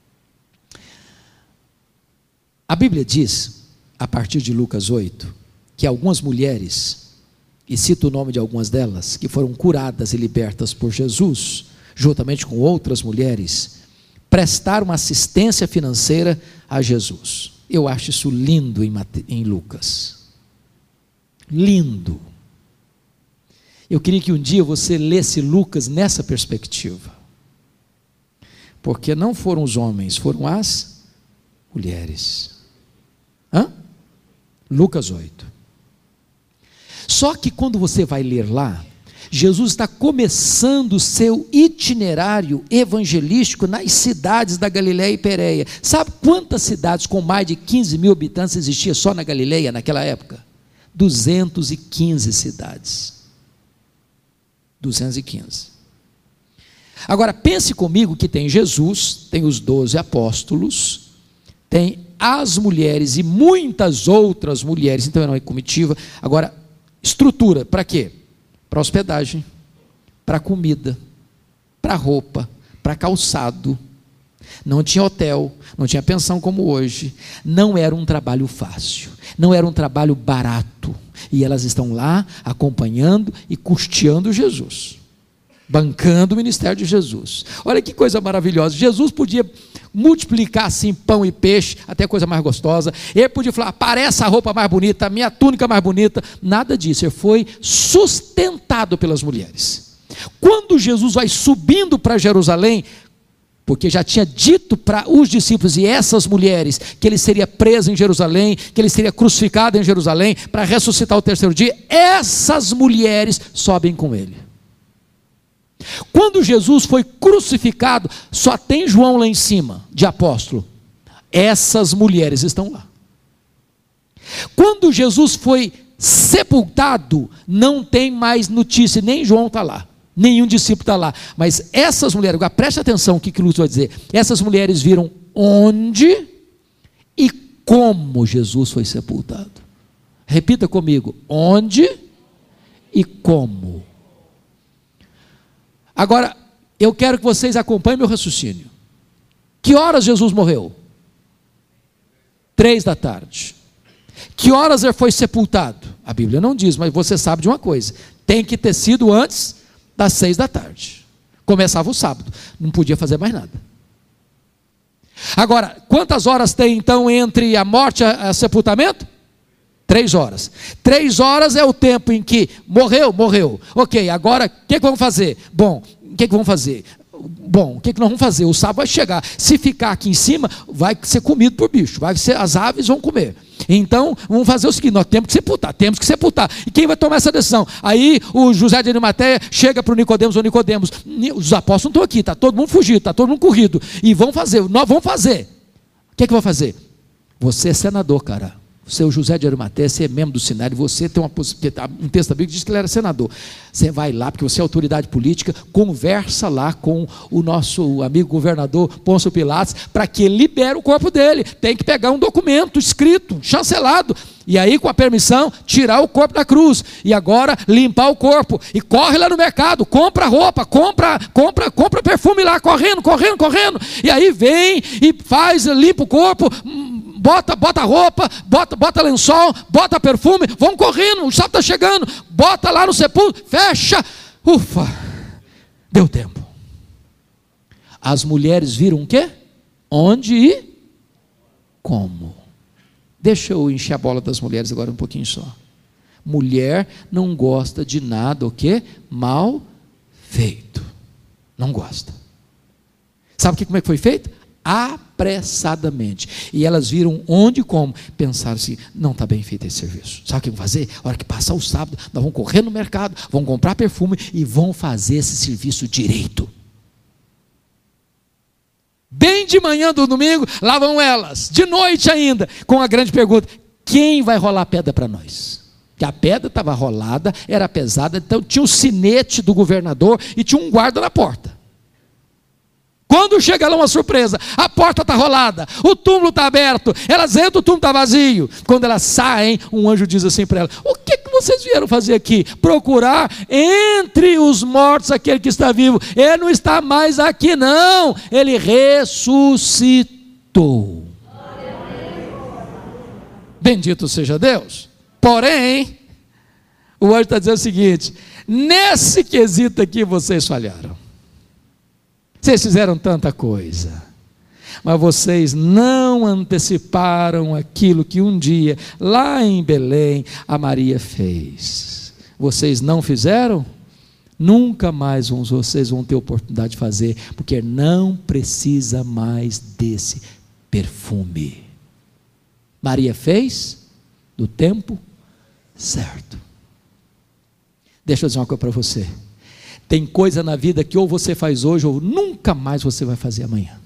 A Bíblia diz, a partir de Lucas oito, que algumas mulheres, e cito o nome de algumas delas, que foram curadas e libertas por Jesus, juntamente com outras mulheres, prestaram assistência financeira a Jesus. Eu acho isso lindo em, Mate... em Lucas. Lindo. Eu queria que um dia você lesse Lucas nessa perspectiva. Porque não foram os homens, foram as mulheres. Hã? Lucas oito. Só que quando você vai ler lá, Jesus está começando o seu itinerário evangelístico nas cidades da Galileia e Pérea. Sabe quantas cidades com mais de quinze mil habitantes existia só na Galileia naquela época? duzentas e quinze cidades. duzentas e quinze. Agora pense comigo que tem Jesus, tem os doze apóstolos, tem as mulheres e muitas outras mulheres, então era uma comitiva. Agora, estrutura, para quê? Para hospedagem, para comida, para roupa, para calçado. Não tinha hotel, não tinha pensão como hoje. Não era um trabalho fácil, não era um trabalho barato. E elas estão lá acompanhando e custeando Jesus, bancando o ministério de Jesus. Olha que coisa maravilhosa. Jesus podia multiplicar assim pão e peixe, até coisa mais gostosa. Ele podia falar, parece a roupa mais bonita, a minha túnica mais bonita. Nada disso, ele foi sustentado pelas mulheres. Quando Jesus vai subindo para Jerusalém, porque já tinha dito para os discípulos e essas mulheres, que ele seria preso em Jerusalém, que ele seria crucificado em Jerusalém, para ressuscitar o terceiro dia, essas mulheres sobem com ele. Quando Jesus foi crucificado, só tem João lá em cima, de apóstolo. Essas mulheres estão lá. Quando Jesus foi sepultado, não tem mais notícia, nem João está lá, nenhum discípulo está lá. Mas essas mulheres, agora preste atenção o que, que Lúcio vai dizer. Essas mulheres viram onde e como Jesus foi sepultado. Repita comigo, onde e como. Agora, eu quero que vocês acompanhem meu raciocínio. Que horas Jesus morreu? Três da tarde. Que horas ele foi sepultado? A Bíblia não diz, mas você sabe de uma coisa. Tem que ter sido antes das seis da tarde. Começava o sábado. Não podia fazer mais nada. Agora, quantas horas tem então entre a morte e o sepultamento? Três horas. Três horas é o tempo em que morreu, morreu. Ok, agora o que, que vamos fazer? Bom, o que, que vamos fazer? Bom, o que, que nós vamos fazer? O sábado vai chegar. Se ficar aqui em cima, vai ser comido por bicho. Vai ser, as aves vão comer. Então, vamos fazer o seguinte: nós temos que sepultar, temos que sepultar. E quem vai tomar essa decisão? Aí o José de Arimateia chega para o Nicodemos, ou Nicodemos, os apóstolos não estão aqui, está todo mundo fugido, está todo mundo corrido. E vão fazer, nós vamos fazer. O que é que vai fazer? Você é senador, cara. Você é o José de Arimateia, você é membro do Sinédrio, você tem uma possibilidade, um texto da Bíblia que diz que ele era senador. Você vai lá, porque você é autoridade política, conversa lá com o nosso amigo governador Pôncio Pilatos, para que ele libere o corpo dele. Tem que pegar um documento escrito, chancelado, e aí com a permissão, tirar o corpo da cruz, e agora limpar o corpo, e corre lá no mercado, compra roupa, compra, compra, compra perfume lá, correndo, correndo, correndo, e aí vem e faz, limpa o corpo, bota, bota roupa, bota, bota lençol, bota perfume, vão correndo, o sábado está chegando, bota lá no sepulcro, fecha, ufa, deu tempo. As mulheres viram o quê? Onde e como. Deixa eu encher a bola das mulheres agora um pouquinho só. Mulher não gosta de nada, o quê? Mal feito. Não gosta. Sabe como é que foi feito? Apressadamente. E elas viram onde e como. Pensaram assim, não está bem feito esse serviço. Sabe o que vão fazer? A hora que passar o sábado, nós vamos correr no mercado, vamos comprar perfume e vão fazer esse serviço direito. Bem de manhã do domingo, lá vão elas. De noite ainda, com a grande pergunta, quem vai rolar pedra para nós? Que a pedra estava rolada, era pesada, então tinha o sinete do governador e tinha um guarda na porta. Quando chega lá uma surpresa, a porta está rolada, o túmulo está aberto, elas entram, o túmulo está vazio. Quando elas saem, um anjo diz assim para elas, o que, que vocês vieram fazer aqui? Procurar entre os mortos aquele que está vivo. Ele não está mais aqui não, ele ressuscitou. Bendito seja Deus. Porém, o anjo está dizendo o seguinte, nesse quesito aqui vocês falharam. Vocês fizeram tanta coisa, mas vocês não anteciparam aquilo que um dia, lá em Belém, a Maria fez. Vocês não fizeram? Nunca mais vocês vão ter oportunidade de fazer, porque não precisa mais desse perfume. Maria fez do tempo certo. Deixa eu dizer uma coisa para você. Tem coisa na vida que ou você faz hoje ou nunca mais você vai fazer amanhã.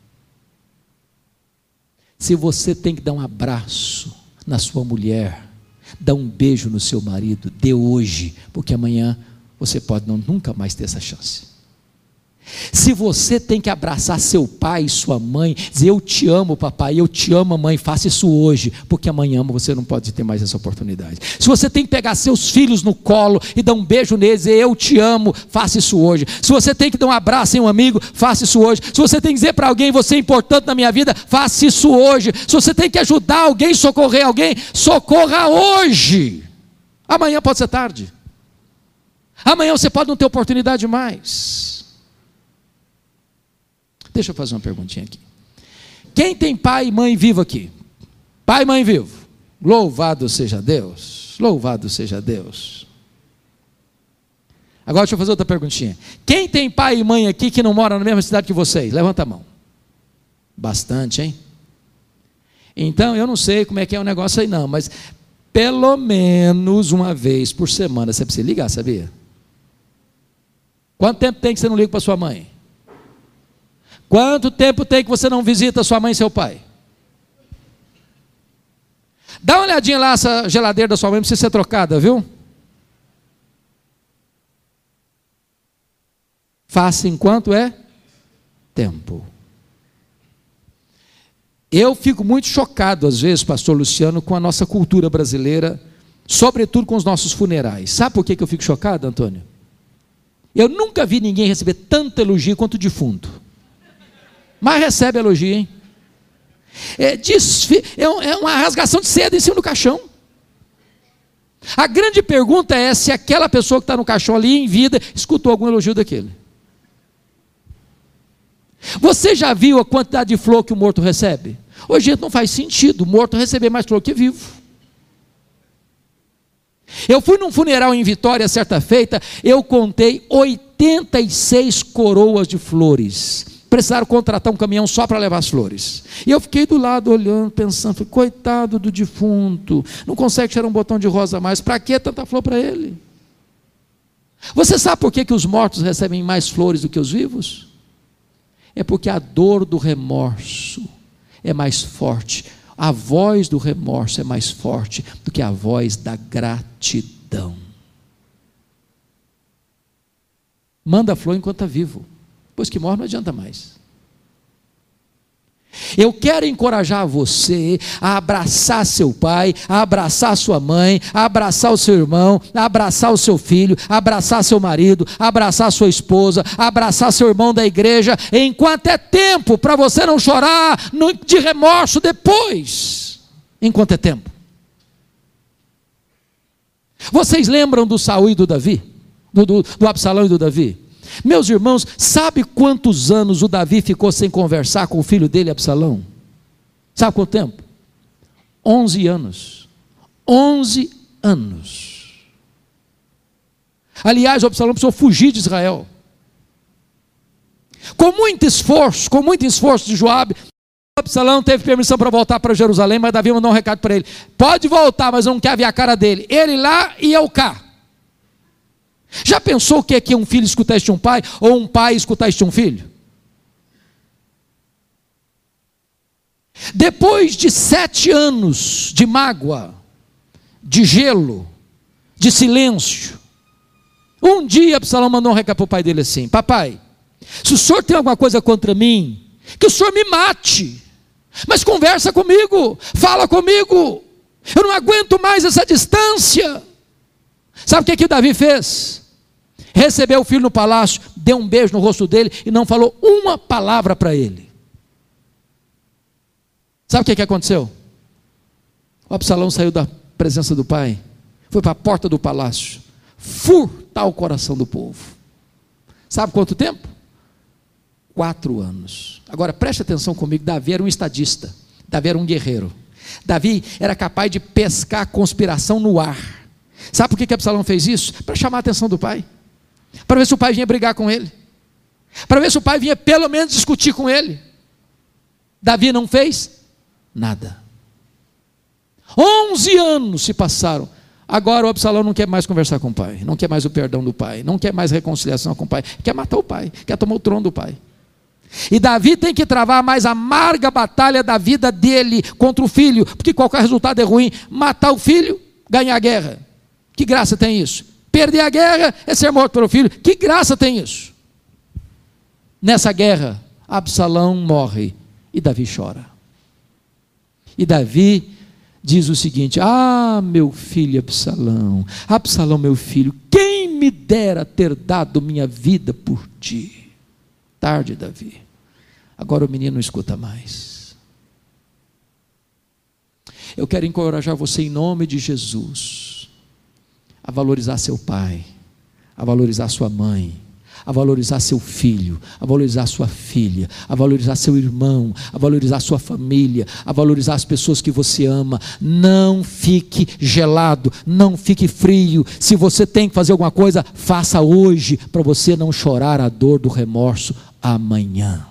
Se você tem que dar um abraço na sua mulher, dar um beijo no seu marido, dê hoje, porque amanhã você pode não, nunca mais ter essa chance. Se você tem que abraçar seu pai e sua mãe, dizer eu te amo papai, eu te amo mãe, faça isso hoje, porque amanhã você não pode ter mais essa oportunidade. Se você tem que pegar seus filhos no colo e dar um beijo neles, dizer eu te amo, faça isso hoje. Se você tem que dar um abraço em um amigo, faça isso hoje. Se você tem que dizer para alguém, você é importante na minha vida, faça isso hoje. Se você tem que ajudar alguém, socorrer alguém, socorra hoje. Amanhã pode ser tarde. Amanhã você pode não ter oportunidade mais. Deixa eu fazer uma perguntinha aqui. Quem tem pai e mãe vivo aqui? Pai e mãe vivo. Louvado seja Deus. Louvado seja Deus. Agora deixa eu fazer outra perguntinha. Quem tem pai e mãe aqui que não mora na mesma cidade que vocês? Levanta a mão. Bastante, hein? Então, eu não sei como é que é o negócio aí não, mas pelo menos uma vez por semana você precisa ligar, sabia? Quanto tempo tem que você não liga para sua mãe? Quanto tempo tem que você não visita sua mãe e seu pai? Dá uma olhadinha lá, essa geladeira da sua mãe precisa ser trocada, viu? Faça enquanto é tempo. Eu fico muito chocado às vezes, pastor Luciano, com a nossa cultura brasileira, sobretudo com os nossos funerais. Sabe por que eu fico chocado, Antônio? Eu nunca vi ninguém receber tanto elogio quanto o defunto. Mas recebe elogio, hein? É, desfi... é uma rasgação de seda em cima do caixão. A grande pergunta é se aquela pessoa que está no caixão ali em vida escutou algum elogio daquele. Você já viu a quantidade de flor que o morto recebe? Hoje, gente, não faz sentido o morto receber mais flor que vivo. Eu fui num funeral em Vitória certa feita, eu contei oitenta e seis coroas de flores. Precisaram contratar um caminhão só para levar as flores. E eu fiquei do lado olhando, pensando, falei, coitado do defunto, não consegue tirar um botão de rosa a mais, para que tanta flor para ele? Você sabe por que, que os mortos recebem mais flores do que os vivos? É porque a dor do remorso é mais forte, a voz do remorso é mais forte do que a voz da gratidão. Manda a flor enquanto está vivo. Depois que morre não adianta mais. Eu quero encorajar você a abraçar seu pai, a abraçar sua mãe, a abraçar o seu irmão, a abraçar o seu filho, a abraçar seu marido, a abraçar sua esposa, a abraçar seu irmão da igreja, enquanto é tempo, para você não chorar de remorso depois, enquanto é tempo. Vocês lembram do Saul e do Davi? Do, do, do Absalão e do Davi? Meus irmãos, sabe quantos anos o Davi ficou sem conversar com o filho dele, Absalão? Sabe quanto tempo? Onze anos. Onze anos. Aliás, o Absalão precisou fugir de Israel. Com muito esforço, com muito esforço de Joabe, o Absalão teve permissão para voltar para Jerusalém, mas Davi mandou um recado para ele: pode voltar, mas não quer ver a cara dele. Ele lá e eu cá. Já pensou o que é que um filho escutar este um pai, ou um pai escutar este um filho? Depois de sete anos de mágoa, de gelo, de silêncio, um dia Absalão mandou um recado para o pai dele assim: papai, se o senhor tem alguma coisa contra mim, que o senhor me mate, mas conversa comigo, fala comigo, eu não aguento mais essa distância. Sabe o que, que o Davi fez? Recebeu o filho no palácio, deu um beijo no rosto dele e não falou uma palavra para ele. Sabe o que, que aconteceu? O Absalão saiu da presença do pai, foi para a porta do palácio, furtar o coração do povo. Sabe quanto tempo? Quatro anos. Agora preste atenção comigo, Davi era um estadista, Davi era um guerreiro, Davi era capaz de pescar a conspiração no ar. Sabe por que, que Absalão fez isso? Para chamar a atenção do pai, para ver se o pai vinha brigar com ele, para ver se o pai vinha pelo menos discutir com ele. Davi não fez nada. Onze anos se passaram. Agora o Absalão não quer mais conversar com o pai, não quer mais o perdão do pai, não quer mais reconciliação com o pai, quer matar o pai, quer tomar o trono do pai. E Davi tem que travar a mais amarga batalha da vida dele contra o filho, porque qualquer resultado é ruim. Matar o filho, ganhar a guerra. Que graça tem isso? Perder a guerra é ser morto pelo filho. Que graça tem isso? Nessa guerra, Absalão morre e Davi chora. E Davi diz o seguinte: ah, meu filho Absalão, Absalão, meu filho, quem me dera ter dado minha vida por ti. Tarde, Davi. Agora o menino não escuta mais. Eu quero encorajar você em nome de Jesus a valorizar seu pai, a valorizar sua mãe, a valorizar seu filho, a valorizar sua filha, a valorizar seu irmão, a valorizar sua família, a valorizar as pessoas que você ama. Não fique gelado, não fique frio. Se você tem que fazer alguma coisa, faça hoje, para você não chorar a dor do remorso amanhã.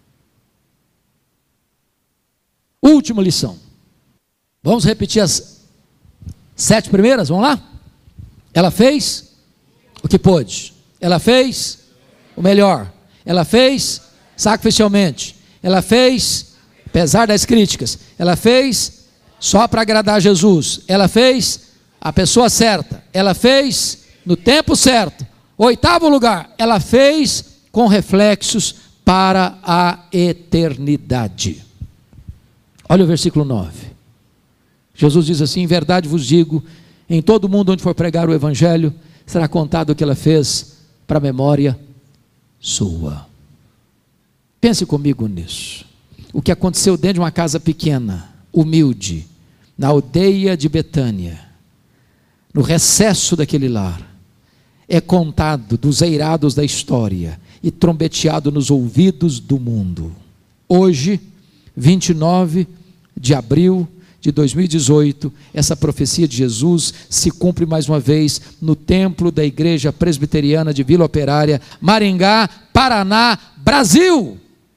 Última lição. Vamos repetir as sete primeiras? Vamos lá? Ela fez o que pôde. Ela fez o melhor. Ela fez sacrificialmente. Ela fez, apesar das críticas, ela fez só para agradar Jesus. Ela fez a pessoa certa. Ela fez no tempo certo. Oitavo lugar, ela fez com reflexos para a eternidade. Olha o versículo nove. Jesus diz assim: em verdade vos digo, em todo mundo onde for pregar o evangelho, será contado o que ela fez para a memória sua. Pense comigo nisso. O que aconteceu dentro de uma casa pequena, humilde, na aldeia de Betânia, no recesso daquele lar, é contado dos eirados da história e trombeteado nos ouvidos do mundo. Hoje, vinte e nove de abril de dois mil e dezoito, essa profecia de Jesus se cumpre mais uma vez no templo da Igreja Presbiteriana de Vila Operária, Maringá, Paraná, Brasil.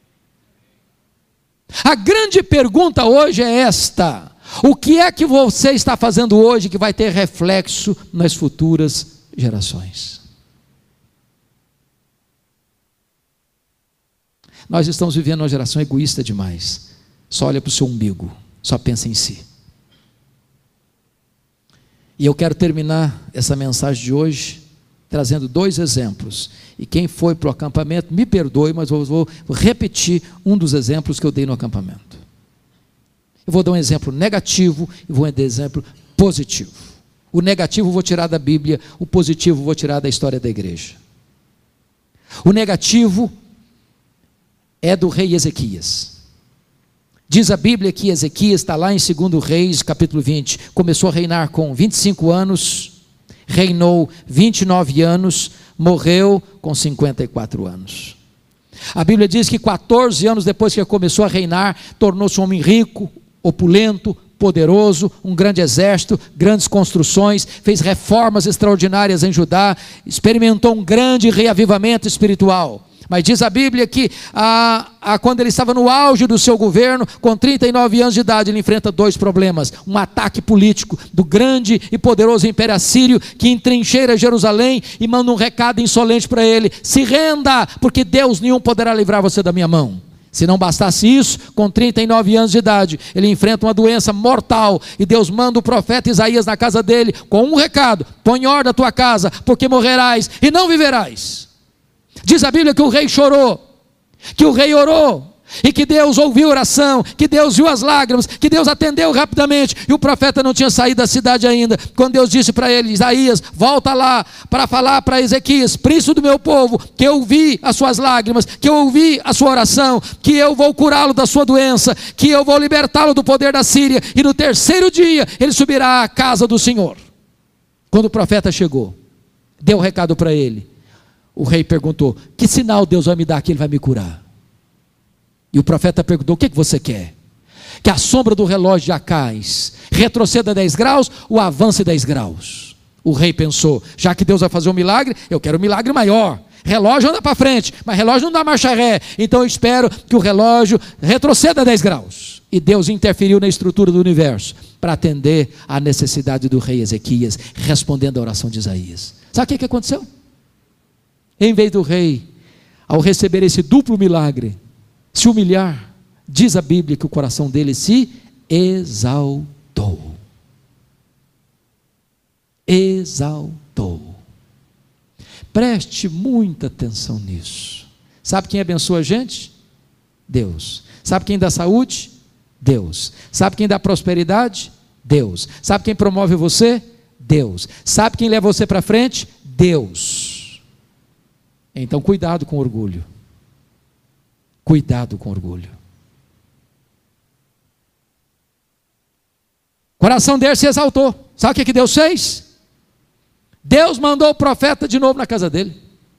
A grande pergunta hoje é esta: o que é que você está fazendo hoje que vai ter reflexo nas futuras gerações? Nós estamos vivendo uma geração egoísta demais, só olha para o seu umbigo, só pensa em si. E eu quero terminar essa mensagem de hoje trazendo dois exemplos. E quem foi para o acampamento, me perdoe, mas eu vou repetir um dos exemplos que eu dei no acampamento. Eu vou dar um exemplo negativo e vou dar um exemplo positivo. O negativo eu vou tirar da Bíblia, o positivo eu vou tirar da história da igreja. O negativo é do rei Ezequias. Diz a Bíblia que Ezequias está lá em segundo Reis, capítulo vinte, começou a reinar com vinte e cinco anos, reinou vinte e nove anos, morreu com cinquenta e quatro anos. A Bíblia diz que quatorze anos depois que começou a reinar, tornou-se um homem rico, opulento, poderoso, um grande exército, grandes construções, fez reformas extraordinárias em Judá, experimentou um grande reavivamento espiritual. Mas diz a Bíblia que ah, ah, quando ele estava no auge do seu governo, com trinta e nove anos de idade, ele enfrenta dois problemas: um ataque político do grande e poderoso império assírio, que entrincheira Jerusalém e manda um recado insolente para ele: se renda, porque Deus nenhum poderá livrar você da minha mão. Se não bastasse isso, com trinta e nove anos de idade, ele enfrenta uma doença mortal, e Deus manda o profeta Isaías na casa dele, com um recado: põe em ordem a tua casa, porque morrerás e não viverás. Diz a Bíblia que o rei chorou, que o rei orou, e que Deus ouviu a oração, que Deus viu as lágrimas, que Deus atendeu rapidamente, e o profeta não tinha saído da cidade ainda, quando Deus disse para ele: Isaías, volta lá para falar para Ezequias, príncipe do meu povo, que eu ouvi as suas lágrimas, que eu ouvi a sua oração, que eu vou curá-lo da sua doença, que eu vou libertá-lo do poder da Síria, e no terceiro dia ele subirá à casa do Senhor. Quando o profeta chegou, deu o recado para ele, o rei perguntou: que sinal Deus vai me dar que ele vai me curar? E o profeta perguntou: o que, que você quer? Que a sombra do relógio de Acais retroceda dez graus ou avance dez graus? O rei pensou: já que Deus vai fazer um milagre, eu quero um milagre maior. Relógio anda para frente, mas relógio não dá marcha ré, então eu espero que o relógio retroceda dez graus. E Deus interferiu na estrutura do universo para atender à necessidade do rei Ezequias, respondendo à oração de Isaías. Sabe o que, que aconteceu? Em vez do rei, ao receber esse duplo milagre, se humilhar, diz a Bíblia que o coração dele se exaltou. Exaltou. Preste muita atenção nisso. Sabe quem abençoa a gente? Deus. Sabe quem dá saúde? Deus. Sabe quem dá prosperidade? Deus. Sabe quem promove você? Deus. Sabe quem leva você para frente? Deus. Então cuidado com orgulho. Cuidado com orgulho. O coração dele se exaltou. Sabe o que, que Deus fez? Deus mandou o profeta de novo na casa dele.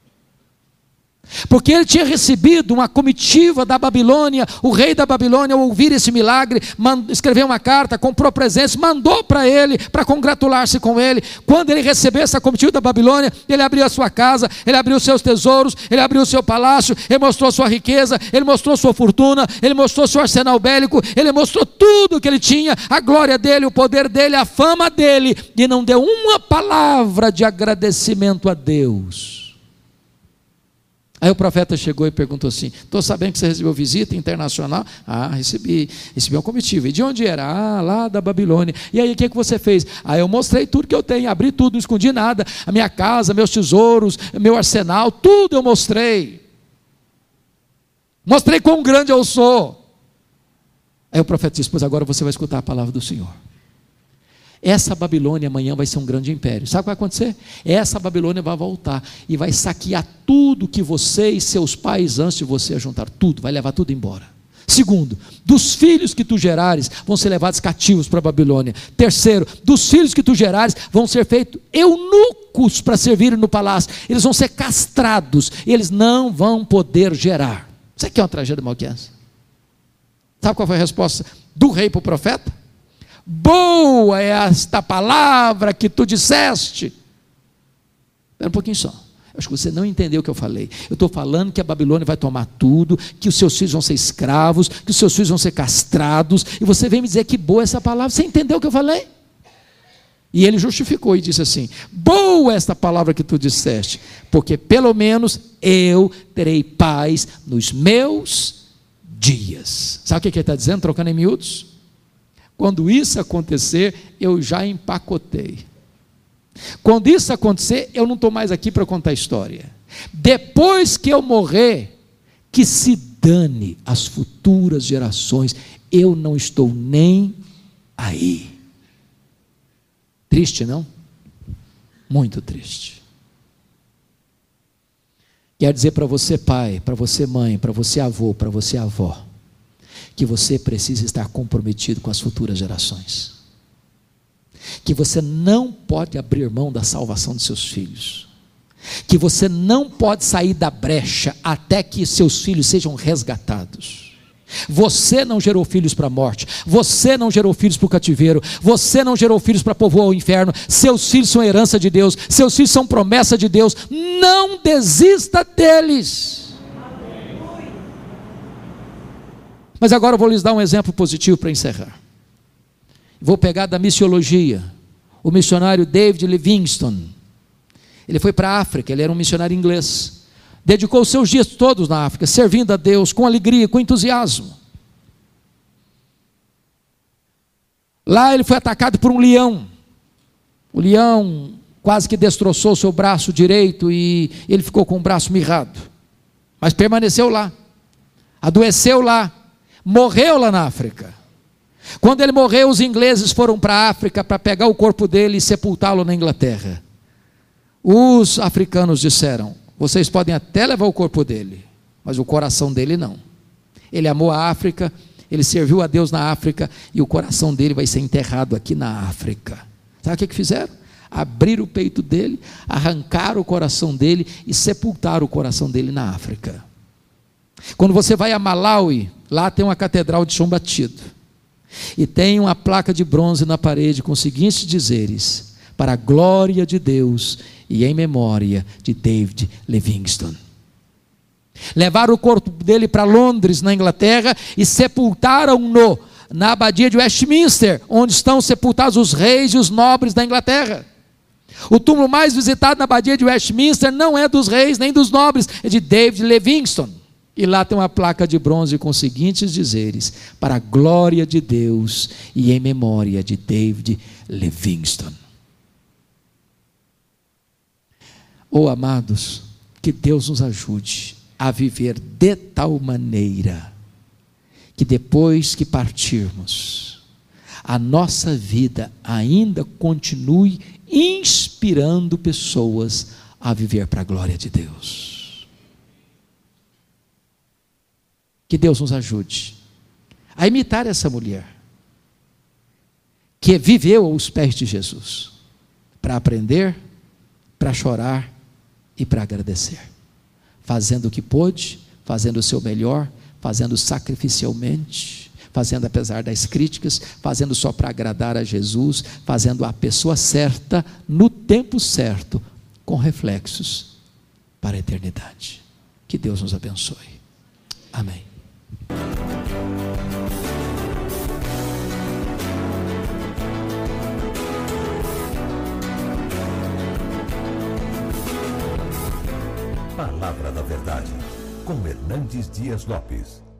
Porque ele tinha recebido uma comitiva da Babilônia. O rei da Babilônia, ao ouvir esse milagre, mandou, escreveu uma carta, comprou presentes, mandou para ele, para congratular-se com ele. Quando ele recebeu essa comitiva da Babilônia, ele abriu a sua casa, ele abriu os seus tesouros, ele abriu o seu palácio, ele mostrou sua riqueza, ele mostrou sua fortuna, ele mostrou seu arsenal bélico, ele mostrou tudo que ele tinha, a glória dele, o poder dele, a fama dele, e não deu uma palavra de agradecimento a Deus. Aí o profeta chegou e perguntou assim: estou sabendo que você recebeu visita internacional? Ah, recebi, recebi uma comitiva. E de onde era? Ah, lá da Babilônia. E aí o que, que você fez? Ah, eu mostrei tudo que eu tenho, abri tudo, não escondi nada, a minha casa, meus tesouros, meu arsenal, tudo eu mostrei. Mostrei quão grande eu sou. Aí o profeta disse: pois agora você vai escutar a palavra do Senhor. Essa Babilônia amanhã vai ser um grande império. Sabe o que vai acontecer? Essa Babilônia vai voltar e vai saquear tudo que você e seus pais antes de você juntar, tudo, vai levar tudo embora. Segundo, dos filhos que tu gerares vão ser levados cativos para a Babilônia. Terceiro, dos filhos que tu gerares vão ser feitos eunucos para servirem no palácio. Eles vão ser castrados, eles não vão poder gerar. Você quer uma tragédia maior que essa? Sabe qual foi a resposta do rei para o profeta? Boa é esta palavra que tu disseste. Espera um pouquinho só. Acho que você não entendeu o que eu falei. Eu estou falando que a Babilônia vai tomar tudo, que os seus filhos vão ser escravos, que os seus filhos vão ser castrados, e você vem me dizer que boa é essa palavra. Você entendeu o que eu falei? E ele justificou e disse assim: boa é esta palavra que tu disseste, porque pelo menos eu terei paz nos meus dias. Sabe o que ele está dizendo, trocando em miúdos? Quando isso acontecer, eu já empacotei. Quando isso acontecer, eu não estou mais aqui para contar a história. Depois que eu morrer, que se dane as futuras gerações, eu não estou nem aí. Triste, não? Muito triste. Quer dizer para você pai, para você mãe, para você avô, para você avó, que você precisa estar comprometido com as futuras gerações, que você não pode abrir mão da salvação de seus filhos, que você não pode sair da brecha até que seus filhos sejam resgatados. Você não gerou filhos para a morte, você não gerou filhos para o cativeiro, você não gerou filhos para povoar o inferno, seus filhos são herança de Deus, seus filhos são promessa de Deus, não desista deles. Mas agora eu vou lhes dar um exemplo positivo para encerrar. Vou pegar da missiologia, o missionário David Livingstone. Ele foi para a África, ele era um missionário inglês, dedicou os seus dias todos na África, servindo a Deus com alegria, com entusiasmo. Lá ele foi atacado por um leão, o leão quase que destroçou o seu braço direito e ele ficou com o braço mirrado, mas permaneceu lá, adoeceu lá, morreu lá na África. Quando ele morreu, os ingleses foram para a África para pegar o corpo dele e sepultá-lo na Inglaterra. Os africanos disseram: vocês podem até levar o corpo dele, mas o coração dele não. Ele amou a África, ele serviu a Deus na África, e o coração dele vai ser enterrado aqui na África. Sabe o que que fizeram? Abriram o peito dele, arrancaram o coração dele e sepultaram o coração dele na África. Quando você vai a Malawi, lá tem uma catedral de chão batido, e tem uma placa de bronze na parede com os seguintes dizeres: para a glória de Deus e em memória de David Livingstone. Levaram o corpo dele para Londres, na Inglaterra, e sepultaram-no na abadia de Westminster, onde estão sepultados os reis e os nobres da Inglaterra. O túmulo mais visitado na abadia de Westminster não é dos reis nem dos nobres, é de David Livingstone. E lá tem uma placa de bronze com os seguintes dizeres: para a glória de Deus e em memória de David Livingstone. Oh, amados, que Deus nos ajude a viver de tal maneira que depois que partirmos, a nossa vida ainda continue inspirando pessoas a viver para a glória de Deus. Que Deus nos ajude a imitar essa mulher que viveu aos pés de Jesus, para aprender, para chorar e para agradecer, fazendo o que pôde, fazendo o seu melhor, fazendo sacrificialmente, fazendo apesar das críticas, fazendo só para agradar a Jesus, fazendo a pessoa certa, no tempo certo, com reflexos para a eternidade. Que Deus nos abençoe. Amém. Palavra da Verdade, com Hernandes Dias Lopes.